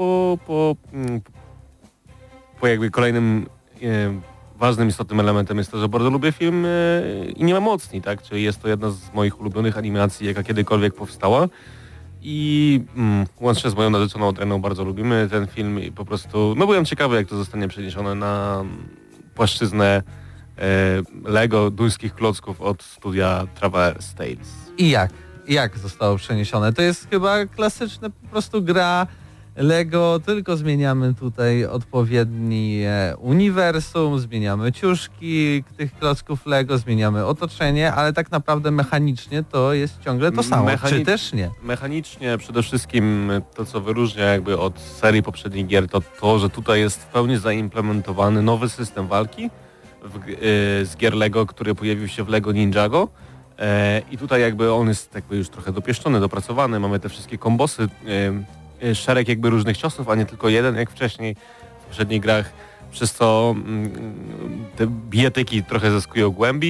Po jakby kolejnym ważnym, istotnym elementem jest to, że bardzo lubię film i nie ma mocni, tak? Czyli jest to jedna z moich ulubionych animacji, jaka kiedykolwiek powstała. I łącznie z moją narzeczoną Adrianą bardzo lubimy ten film i po prostu, no byłem ciekawy, jak to zostanie przeniesione na płaszczyznę Lego duńskich klocków od studia Traverse Tales. I jak? Jak zostało przeniesione? To jest chyba klasyczna po prostu gra Lego, tylko zmieniamy tutaj odpowiedni uniwersum, zmieniamy ciuszki tych klocków Lego, zmieniamy otoczenie, ale tak naprawdę mechanicznie to jest ciągle to samo, czy też nie? Mechanicznie przede wszystkim to, co wyróżnia jakby od serii poprzednich gier, to to, że tutaj jest w pełni zaimplementowany nowy system walki z gier Lego, który pojawił się w Lego Ninjago. I tutaj jakby on jest jakby już trochę dopieszczony, dopracowany, mamy te wszystkie kombosy, szereg jakby różnych ciosów, a nie tylko jeden jak wcześniej w poprzednich grach, przez co te bijatyki trochę zyskują głębi.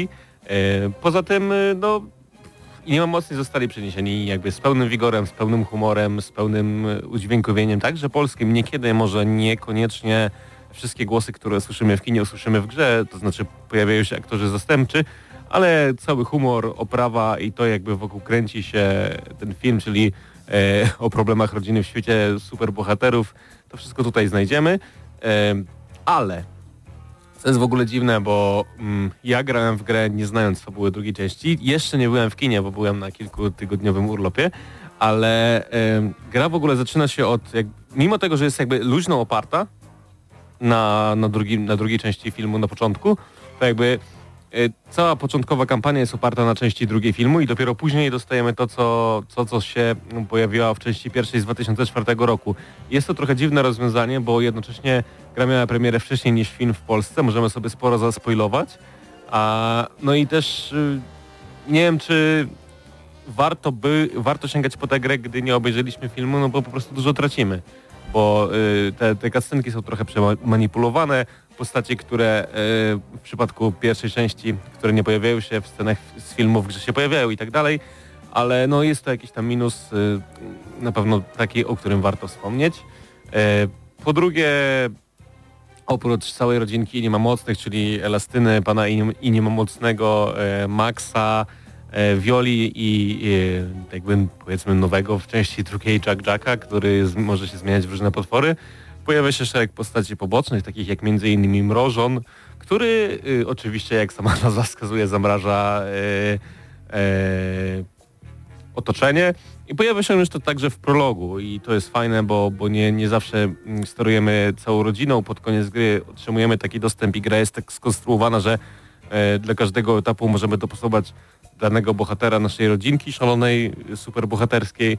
Poza tym, no i nie ma mocniej zostali przeniesieni jakby z pełnym wigorem, z pełnym humorem, z pełnym udźwiękowieniem, także polskim. Niekiedy może niekoniecznie wszystkie głosy, które słyszymy w kinie, usłyszymy w grze, to znaczy pojawiają się aktorzy zastępczy, ale cały humor, oprawa i to jakby wokół kręci się ten film, czyli o problemach rodziny w świecie superbohaterów, to wszystko tutaj znajdziemy, ale co jest w ogóle dziwne, bo ja grałem w grę nie znając fabuły drugiej części, jeszcze nie byłem w kinie, bo byłem na kilkutygodniowym urlopie, ale gra w ogóle zaczyna się od, mimo tego, że jest jakby luźno oparta na drugiej części filmu na początku, to jakby cała początkowa kampania jest oparta na części drugiej filmu i dopiero później dostajemy to, co się pojawiło w części pierwszej z 2004 roku. Jest to trochę dziwne rozwiązanie, bo jednocześnie gra miała premierę wcześniej niż film w Polsce, możemy sobie sporo zaspoilować. No i też nie wiem, czy warto sięgać po tę grę, gdy nie obejrzeliśmy filmu, no bo po prostu dużo tracimy. Bo te cutscenki są trochę przemanipulowane, postacie, które w przypadku pierwszej części, które nie pojawiają się w scenach z filmów, gdzie się pojawiają i tak dalej, ale no jest to jakiś tam minus na pewno taki, o którym warto wspomnieć. Po drugie, oprócz całej rodzinki I nie ma mocnych, czyli Elastyny, pana I nie ma mocnego, Maxa, Violi i jakby powiedzmy nowego w części drugiej Jacka, który może się zmieniać w różne potwory. Pojawia się szereg postaci pobocznych, takich jak m.in. Mrożon, który oczywiście, jak sama nazwa wskazuje, zamraża otoczenie. I pojawia się już to także w prologu i to jest fajne, bo nie zawsze sterujemy całą rodziną. Pod koniec gry otrzymujemy taki dostęp i gra jest tak skonstruowana, że dla każdego etapu możemy dopasować danego bohatera naszej rodzinki szalonej, superbohaterskiej.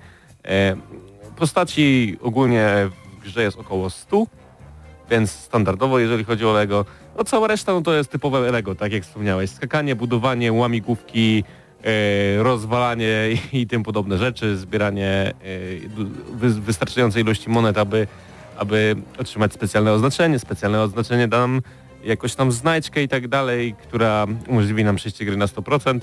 Postaci ogólnie w grze jest około 100, więc standardowo jeżeli chodzi o Lego. No cała reszta no to jest typowe Lego, tak jak wspomniałeś. Skakanie, budowanie, łamigłówki, rozwalanie i tym podobne rzeczy, zbieranie wystarczającej ilości monet, aby otrzymać specjalne oznaczenie. Specjalne oznaczenie da nam jakoś tam znajdźkę i tak dalej, która umożliwi nam przejście gry na 100%.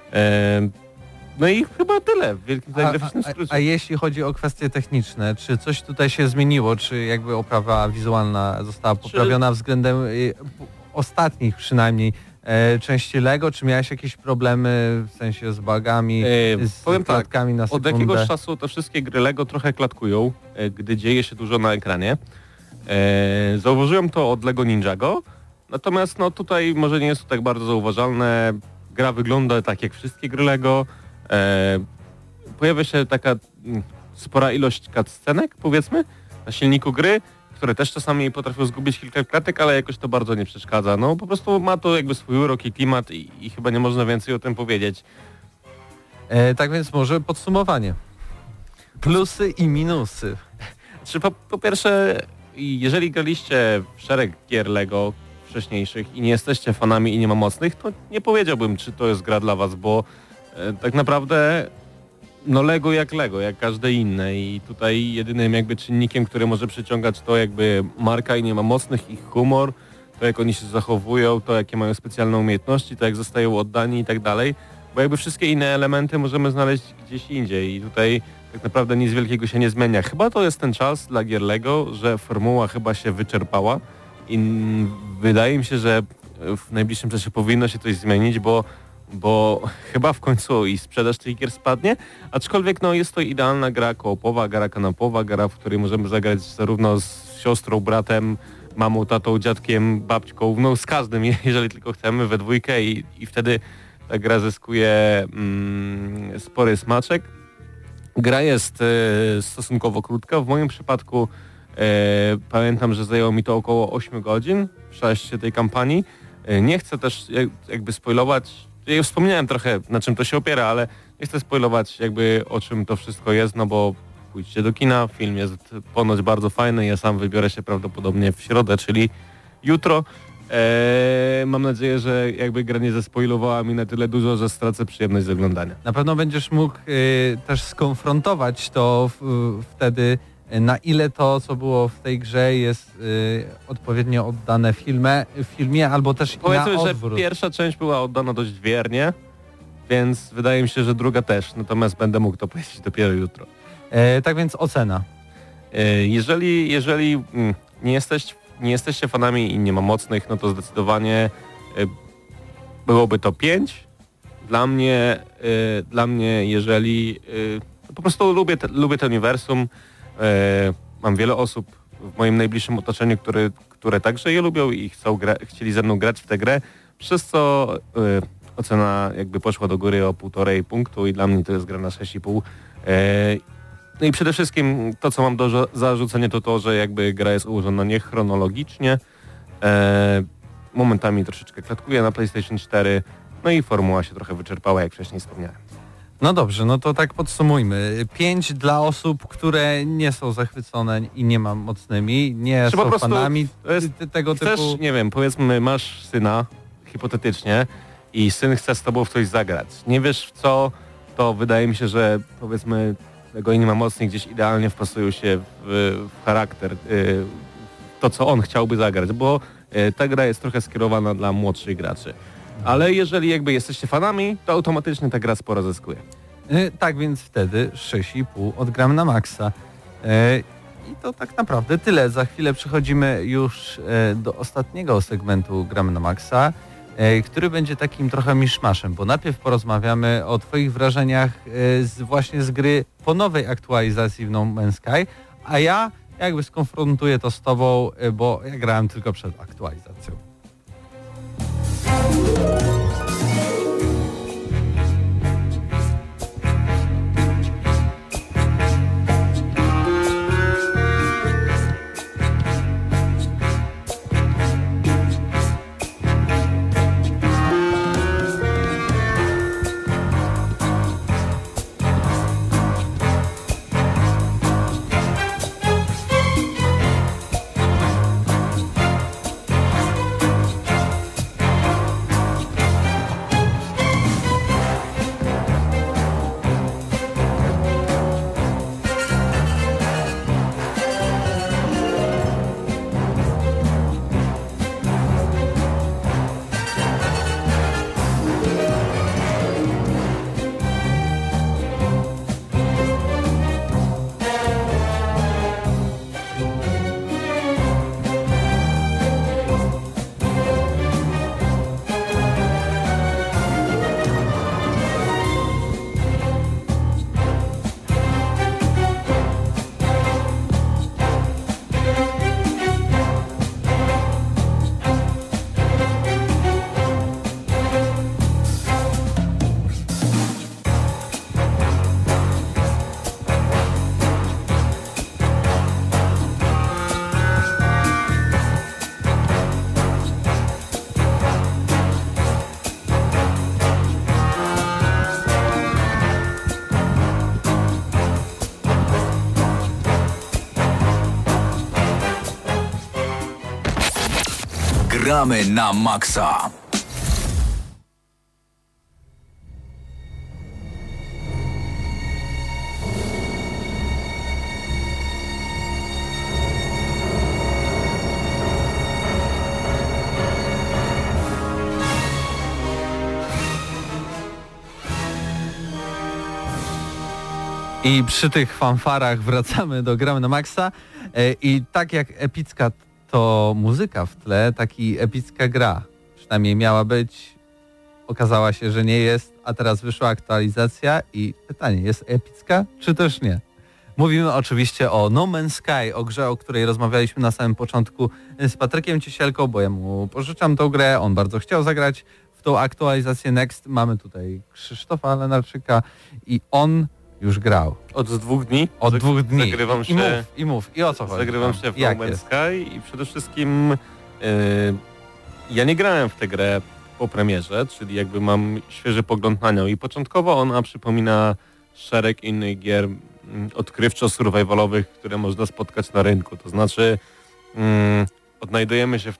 No i chyba tyle w wielkim graficznym skrócie. A jeśli chodzi o kwestie techniczne, czy coś tutaj się zmieniło, czy jakby oprawa wizualna została poprawiona względem ostatnich przynajmniej części Lego, czy miałeś jakieś problemy w sensie z bugami, z klatkami na sekundę? Od jakiegoś czasu te wszystkie gry Lego trochę klatkują, gdy dzieje się dużo na ekranie. Zauważyłem to od Lego Ninjago, natomiast no tutaj może nie jest to tak bardzo zauważalne. Gra wygląda tak jak wszystkie gry Lego. Pojawia się taka spora ilość cutscenek, powiedzmy, na silniku gry, które też czasami potrafią zgubić kilka klatek, ale jakoś to bardzo nie przeszkadza. No po prostu ma to jakby swój urok i klimat i chyba nie można więcej o tym powiedzieć. Tak więc może podsumowanie. Plusy i minusy. Po pierwsze, jeżeli graliście w szereg gier Lego wcześniejszych i nie jesteście fanami I nie ma mocnych, to nie powiedziałbym, czy to jest gra dla was, bo tak naprawdę no Lego, jak każde inne i tutaj jedynym jakby czynnikiem, który może przyciągać to jakby marka I nie ma mocnych, ich humor, to jak oni się zachowują, to jakie mają specjalne umiejętności, to jak zostają oddani i tak dalej, bo jakby wszystkie inne elementy możemy znaleźć gdzieś indziej i tutaj tak naprawdę nic wielkiego się nie zmienia. Chyba to jest ten czas dla gier Lego, że formuła chyba się wyczerpała i wydaje mi się, że w najbliższym czasie powinno się coś zmienić, bo chyba w końcu i sprzedaż tych gier spadnie, aczkolwiek no jest to idealna gra koopowa, gra kanapowa, gra, w której możemy zagrać zarówno z siostrą, bratem, mamą, tatą, dziadkiem, babćką, no z każdym, jeżeli tylko chcemy, we dwójkę i wtedy ta gra zyskuje spory smaczek. Gra jest stosunkowo krótka, w moim przypadku pamiętam, że zajęło mi to około 8 godzin w czasie tej kampanii. Nie chcę też jakby spoilować, ja już wspomniałem trochę na czym to się opiera, ale nie chcę spoilować jakby o czym to wszystko jest, no bo pójdźcie do kina, film jest ponoć bardzo fajny, ja sam wybiorę się prawdopodobnie w środę, czyli jutro. Mam nadzieję, że jakby gra nie zaspoilowała mi na tyle dużo, że stracę przyjemność z oglądania. Na pewno będziesz mógł też skonfrontować to wtedy na ile to, co było w tej grze jest odpowiednio oddane w filmie, albo też Powiedzmy, na że odwrót. pierwsza część była oddana dość wiernie, więc wydaje mi się, że druga też, natomiast będę mógł to powiedzieć dopiero jutro. Tak więc ocena. Jeżeli nie jesteście fanami i nie ma mocnych, no to zdecydowanie byłoby to 5. Dla mnie jeżeli po prostu lubię to uniwersum, mam wiele osób w moim najbliższym otoczeniu, które także je lubią i chcieli ze mną grać w tę grę, przez co ocena jakby poszła do góry o 1,5 punktu i dla mnie to jest gra na 6,5. No i przede wszystkim to, co mam do zarzucenia, to to, że jakby gra jest ułożona niechronologicznie, momentami troszeczkę klatkuje na PlayStation 4, no i formuła się trochę wyczerpała, jak wcześniej wspomniałem. No dobrze, no to tak podsumujmy. 5 dla osób, które nie są zachwycone i nie mam mocnymi, nie Czy po są prostu fanami tego Chcesz, typu... nie wiem, powiedzmy masz syna, hipotetycznie, i syn chce z tobą w coś zagrać. Nie wiesz w co, to wydaje mi się, że powiedzmy tego nie ma mocniej gdzieś idealnie wpasują się w charakter, to co on chciałby zagrać, bo ta gra jest trochę skierowana dla młodszych graczy. Ale jeżeli jakby jesteście fanami, to automatycznie ta gra sporo zyskuje. Tak więc wtedy 6,5 odgramy na maksa. I to tak naprawdę tyle. Za chwilę przechodzimy już do ostatniego segmentu Gramy na maksa, który będzie takim trochę miszmaszem, bo najpierw porozmawiamy o Twoich wrażeniach właśnie z gry po nowej aktualizacji w No Man's Sky, a ja jakby skonfrontuję to z Tobą, bo ja grałem tylko przed aktualizacją. Gramy na maksa. I przy tych fanfarach wracamy do Gramy na maksa i tak jak epicka to muzyka w tle, taki epicka gra. Przynajmniej miała być, okazała się, że nie jest, a teraz wyszła aktualizacja i pytanie, jest epicka czy też nie? Mówimy oczywiście o No Man's Sky, o grze, o której rozmawialiśmy na samym początku z Patrykiem Ciesielką, bo ja mu pożyczam tą grę, on bardzo chciał zagrać w tą aktualizację Next. Mamy tutaj Krzysztofa Lenarczyka i on już grał. Od 2 dni? Od 2 dni. Zagrywam się... I o co chodzi? Zagrywam się w No Man's Sky i przede wszystkim ja nie grałem w tę grę po premierze, czyli jakby mam świeży pogląd na nią i początkowo ona przypomina szereg innych gier odkrywczo-survivalowych, które można spotkać na rynku. To znaczy znajdujemy się w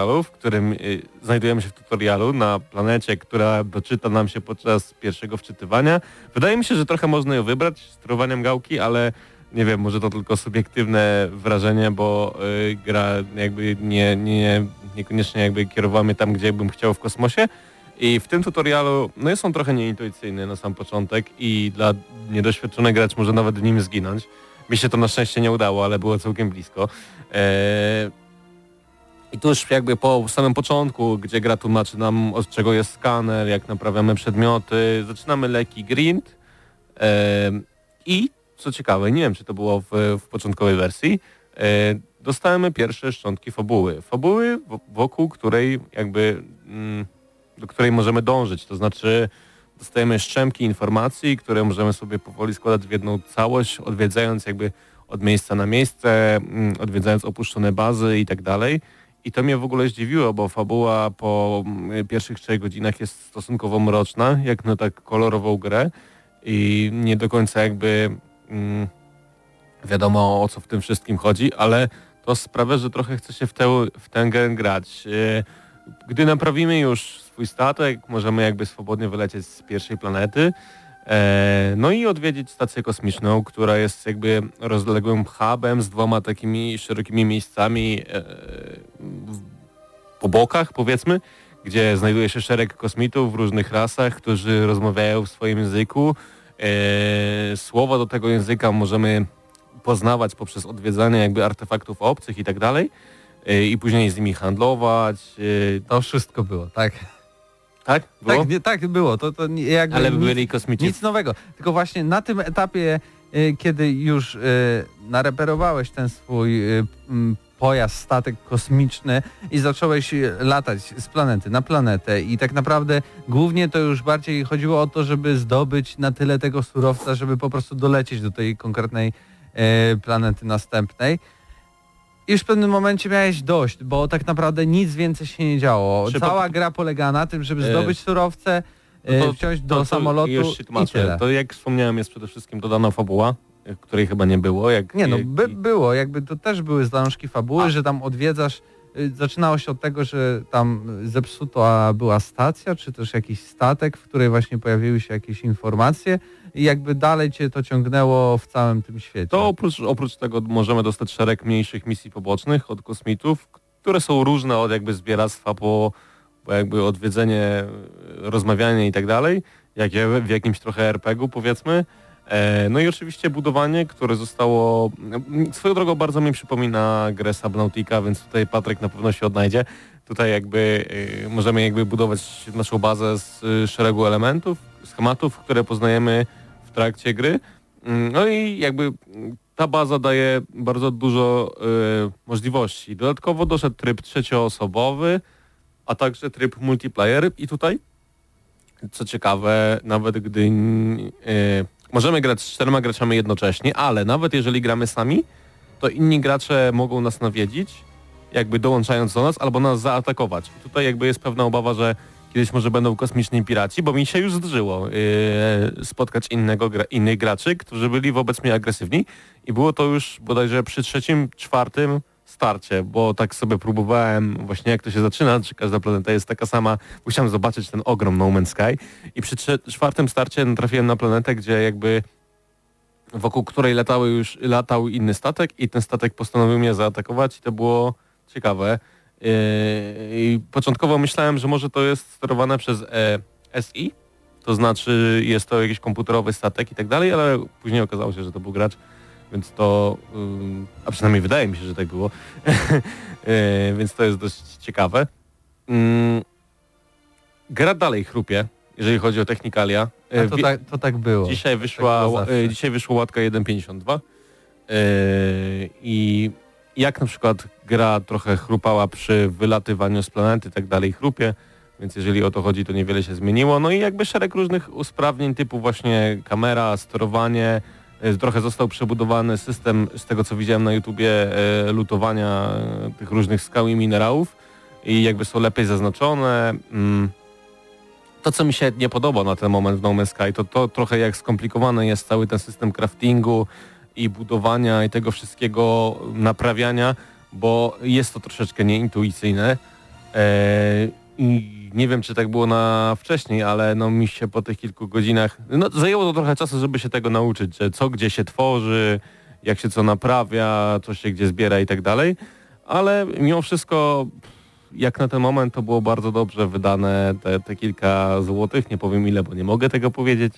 tutorialu na planecie, która doczyta nam się podczas pierwszego wczytywania. Wydaje mi się, że trochę można ją wybrać sterowaniem gałki, ale Nie wiem, może to tylko subiektywne wrażenie, bo gra jakby niekoniecznie jakby kierowała mnie tam, gdzie bym chciał w kosmosie. I w tym tutorialu, no jest on trochę nieintuicyjny na sam początek i dla niedoświadczony gracz może nawet w nim zginąć. Mi się to na szczęście nie udało, ale było całkiem blisko. I tuż jakby po samym początku, gdzie gra tłumaczy nam, od czego jest skaner, jak naprawiamy przedmioty, zaczynamy lekki grind. I co ciekawe, nie wiem, czy to było w początkowej wersji, dostajemy pierwsze szczątki fabuły. Fabuły, wokół której jakby, do której możemy dążyć. To znaczy dostajemy szczępki informacji, które możemy sobie powoli składać w jedną całość, odwiedzając jakby od miejsca na miejsce, odwiedzając opuszczone bazy i tak dalej. I to mnie w ogóle zdziwiło, bo fabuła po pierwszych 3 godzinach jest stosunkowo mroczna, jak na tak kolorową grę i nie do końca jakby wiadomo, o co w tym wszystkim chodzi, ale to sprawia, że trochę chce się w tę grę grać. Gdy naprawimy już swój statek, możemy jakby swobodnie wylecieć z pierwszej planety, no i odwiedzić stację kosmiczną, która jest jakby rozległym hubem z 2 takimi szerokimi miejscami po bokach, powiedzmy, gdzie znajduje się szereg kosmitów w różnych rasach, którzy rozmawiają w swoim języku. Słowa do tego języka możemy poznawać poprzez odwiedzanie jakby artefaktów obcych i tak dalej. I później z nimi handlować. To wszystko było, tak? Tak? Było? Tak, tak było. To jakby ale byli kosmici. Nic nowego. Tylko właśnie na tym etapie, kiedy już nareperowałeś ten swój pojazd, statek kosmiczny i zacząłeś latać z planety na planetę i tak naprawdę głównie to już bardziej chodziło o to, żeby zdobyć na tyle tego surowca, żeby po prostu dolecieć do tej konkretnej planety następnej. I już w pewnym momencie miałeś dość, bo tak naprawdę nic więcej się nie działo. Cała gra polega na tym, żeby zdobyć surowce, wsiąść do samolotu już się i tyle. To jak wspomniałem, jest przede wszystkim dodana fabuła, której chyba nie było. Było, jakby to też były zalążki fabuły, że tam odwiedzasz, zaczynało się od tego, że tam zepsuta była stacja, czy też jakiś statek, w której właśnie pojawiły się jakieś informacje i jakby dalej cię to ciągnęło w całym tym świecie. To oprócz tego możemy dostać szereg mniejszych misji pobocznych od kosmitów, które są różne od jakby zbieractwa po jakby odwiedzenie, rozmawianie i tak dalej, jak w jakimś trochę RPG-u powiedzmy. No i oczywiście budowanie, które zostało swoją drogą bardzo mi przypomina grę Subnautica, więc tutaj Patryk na pewno się odnajdzie. Tutaj jakby możemy jakby budować naszą bazę z szeregu elementów, schematów, które poznajemy w trakcie gry. No i jakby ta baza daje bardzo dużo możliwości. Dodatkowo doszedł tryb 3-osobowy, a także tryb multiplayer i tutaj, co ciekawe, nawet gdy możemy grać z 4 graczami jednocześnie, ale nawet jeżeli gramy sami, to inni gracze mogą nas nawiedzić, jakby dołączając do nas albo nas zaatakować. I tutaj jakby jest pewna obawa, że kiedyś może będą kosmiczni piraci, bo mi się już zdarzyło spotkać innych graczy, którzy byli wobec mnie agresywni i było to już bodajże przy 3., 4. starcie, bo tak sobie próbowałem właśnie jak to się zaczyna, czy każda planeta jest taka sama, musiałem zobaczyć ten ogrom No Man's Sky i przy 4. starcie trafiłem na planetę, gdzie jakby wokół której latał inny statek i ten statek postanowił mnie zaatakować i to było ciekawe. I początkowo myślałem, że może to jest sterowane przez SI, to znaczy jest to jakiś komputerowy statek i tak dalej, ale później okazało się, że to był gracz, więc to, a przynajmniej wydaje mi się, że tak było, więc to jest dość ciekawe. Gra dalej chrupie, jeżeli chodzi o technikalia. To tak było. Dzisiaj wyszła łatka 1.52 i jak na przykład gra trochę chrupała przy wylatywaniu z planety i tak dalej chrupie, więc jeżeli o to chodzi, to niewiele się zmieniło. No i jakby szereg różnych usprawnień typu właśnie kamera, sterowanie, trochę został przebudowany system, z tego co widziałem na YouTubie, lutowania tych różnych skał i minerałów i jakby są lepiej zaznaczone. To, co mi się nie podoba na ten moment w No Man's Sky, to trochę jak skomplikowany jest cały ten system craftingu i budowania i tego wszystkiego naprawiania, bo jest to troszeczkę nieintuicyjne. I nie wiem, czy tak było na wcześniej, ale no mi się po tych kilku godzinach, no zajęło to trochę czasu, żeby się tego nauczyć, że co gdzie się tworzy, jak się co naprawia, co się gdzie zbiera i tak dalej, ale mimo wszystko jak na ten moment to było bardzo dobrze wydane, te kilka złotych, nie powiem ile, bo nie mogę tego powiedzieć,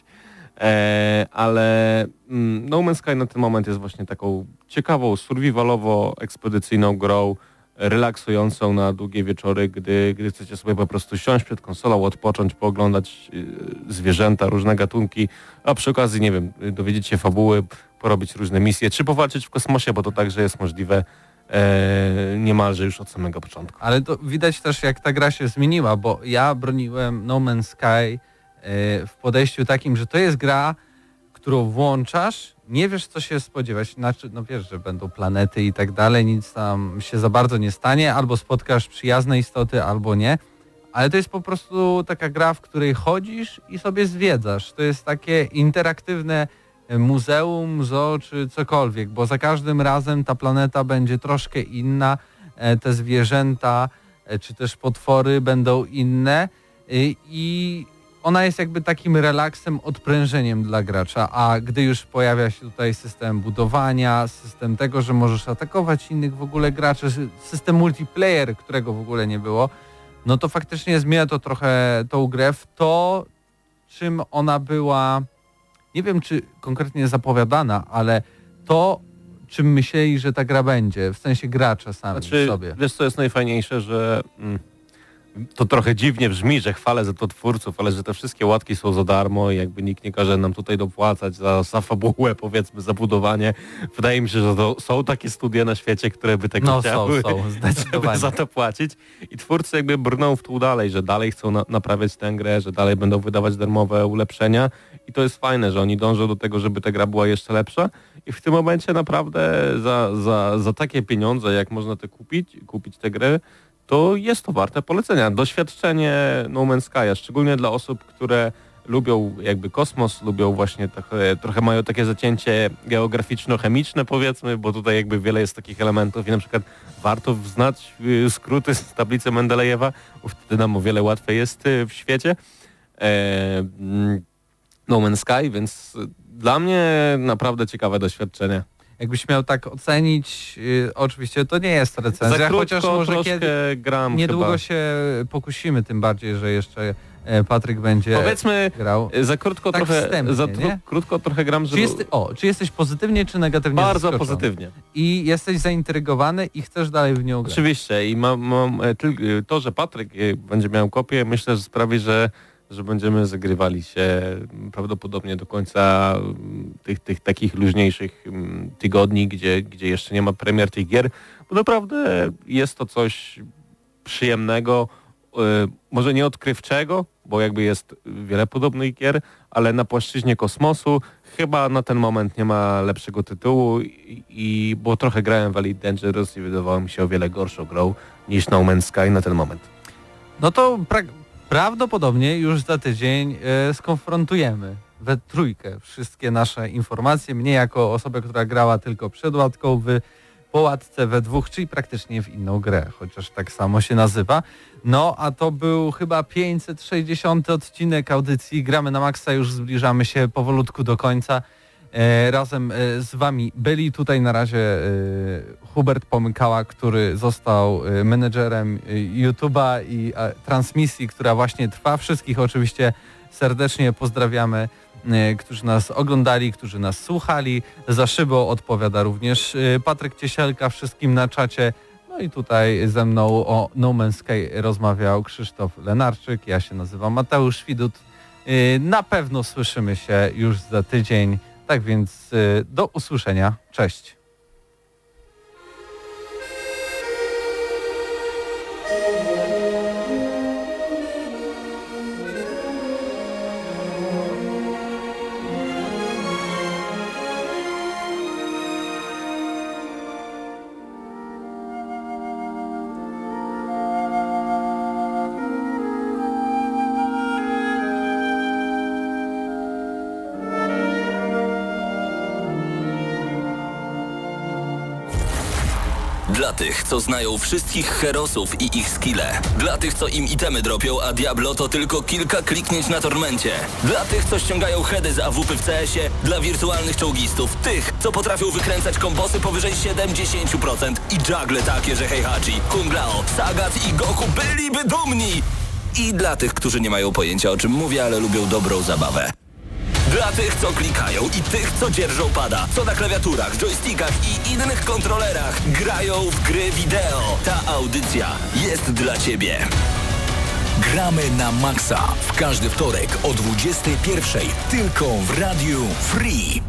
ale No Man's Sky na ten moment jest właśnie taką ciekawą, survivalowo-ekspedycyjną grą, relaksującą na długie wieczory, gdy chcecie sobie po prostu siąść przed konsolą, odpocząć, pooglądać zwierzęta, różne gatunki, a przy okazji, nie wiem, dowiedzieć się fabuły, porobić różne misje, czy powalczyć w kosmosie, bo to także jest możliwe niemalże już od samego początku. Ale to widać też, jak ta gra się zmieniła, bo ja broniłem No Man's Sky w podejściu takim, że to jest gra, którą włączasz, nie wiesz, co się spodziewać, znaczy, no wiesz, że będą planety i tak dalej, nic tam się za bardzo nie stanie, albo spotkasz przyjazne istoty, albo nie, ale to jest po prostu taka gra, w której chodzisz i sobie zwiedzasz. To jest takie interaktywne muzeum, zoo czy cokolwiek, bo za każdym razem ta planeta będzie troszkę inna, te zwierzęta czy też potwory będą inne i ona jest jakby takim relaksem, odprężeniem dla gracza, a gdy już pojawia się tutaj system budowania, system tego, że możesz atakować innych w ogóle graczy, system multiplayer, którego w ogóle nie było, no to faktycznie zmienia to trochę tą grę w to, czym ona była, nie wiem czy konkretnie zapowiadana, ale to, czym myśleli, że ta gra będzie, w sensie gracze sami sobie. Wiesz co jest najfajniejsze, że to trochę dziwnie brzmi, że chwalę za to twórców, ale że te wszystkie łatki są za darmo i jakby nikt nie każe nam tutaj dopłacać za fabułę, powiedzmy, za budowanie. Wydaje mi się, że to są takie studia na świecie, które by tego chciały, zdecydowanie. żeby za to płacić. I twórcy jakby brną w tył dalej, że dalej chcą naprawiać tę grę, że dalej będą wydawać darmowe ulepszenia i to jest fajne, że oni dążą do tego, żeby ta gra była jeszcze lepsza i w tym momencie naprawdę za takie pieniądze, jak można te kupić tę grę, to jest to warte polecenia. Doświadczenie No Man's Sky'a, szczególnie dla osób, które lubią jakby kosmos, lubią właśnie trochę mają takie zacięcie geograficzno-chemiczne powiedzmy, bo tutaj jakby wiele jest takich elementów i na przykład warto znać skróty z tablicy Mendelejewa, bo wtedy nam o wiele łatwiej jest w świecie. No Man's Sky, więc dla mnie naprawdę ciekawe doświadczenie. Jakbyś miał tak ocenić, oczywiście to nie jest recenzja, Za krótko, chociaż może gram niedługo chyba. się pokusimy, tym bardziej, że jeszcze Patryk będzie Powiedzmy, grał. za krótko Tak trochę, wstępnie, krótko trochę gram, Czy, żeby... czy jesteś pozytywnie, czy negatywnie Bardzo zaskoczony? pozytywnie. I jesteś zaintrygowany i chcesz dalej w nią grać. Oczywiście i mam to, że Patryk będzie miał kopię, myślę, że sprawi, że będziemy zagrywali się prawdopodobnie do końca tych takich luźniejszych tygodni, gdzie jeszcze nie ma premier tych gier, bo naprawdę jest to coś przyjemnego, może nie odkrywczego, bo jakby jest wiele podobnych gier, ale na płaszczyźnie kosmosu chyba na ten moment nie ma lepszego tytułu bo trochę grałem w Elite Dangerous i wydawało mi się o wiele gorszą grą niż No Man's Sky na ten moment. No to prawdopodobnie już za tydzień skonfrontujemy we trójkę wszystkie nasze informacje. Mnie jako osobę, która grała tylko przed łatką, po łatce we dwóch, czyli praktycznie w inną grę, chociaż tak samo się nazywa. No a to był chyba 560 odcinek audycji Gramy na Maxa, już zbliżamy się powolutku do końca. Razem z Wami byli tutaj na razie Hubert Pomykała, który został menedżerem YouTube'a i transmisji, która właśnie trwa. Wszystkich oczywiście serdecznie pozdrawiamy, którzy nas oglądali, którzy nas słuchali. Za szybą odpowiada również Patryk Ciesielka wszystkim na czacie. No i tutaj ze mną o No Man's Sky rozmawiał Krzysztof Lenarczyk. Ja się nazywam Mateusz Widut. Na pewno słyszymy się już za tydzień. Tak więc do usłyszenia. Cześć. Dla tych, co znają wszystkich herosów i ich skille. Dla tych, co im itemy dropią, a Diablo to tylko kilka kliknięć na tormencie. Dla tych, co ściągają heady z AWP w CS-ie. Dla wirtualnych czołgistów. Tych, co potrafią wykręcać kombosy powyżej 70% i juggle takie, że Heihachi, Kung Lao, Sagat i Goku byliby dumni. I dla tych, którzy nie mają pojęcia, o czym mówię, ale lubią dobrą zabawę. Dla tych, co klikają i tych, co dzierżą pada, co na klawiaturach, joystickach i innych kontrolerach grają w gry wideo. Ta audycja jest dla Ciebie. Gramy na maksa w każdy wtorek o 21:00 tylko w Radiu Free.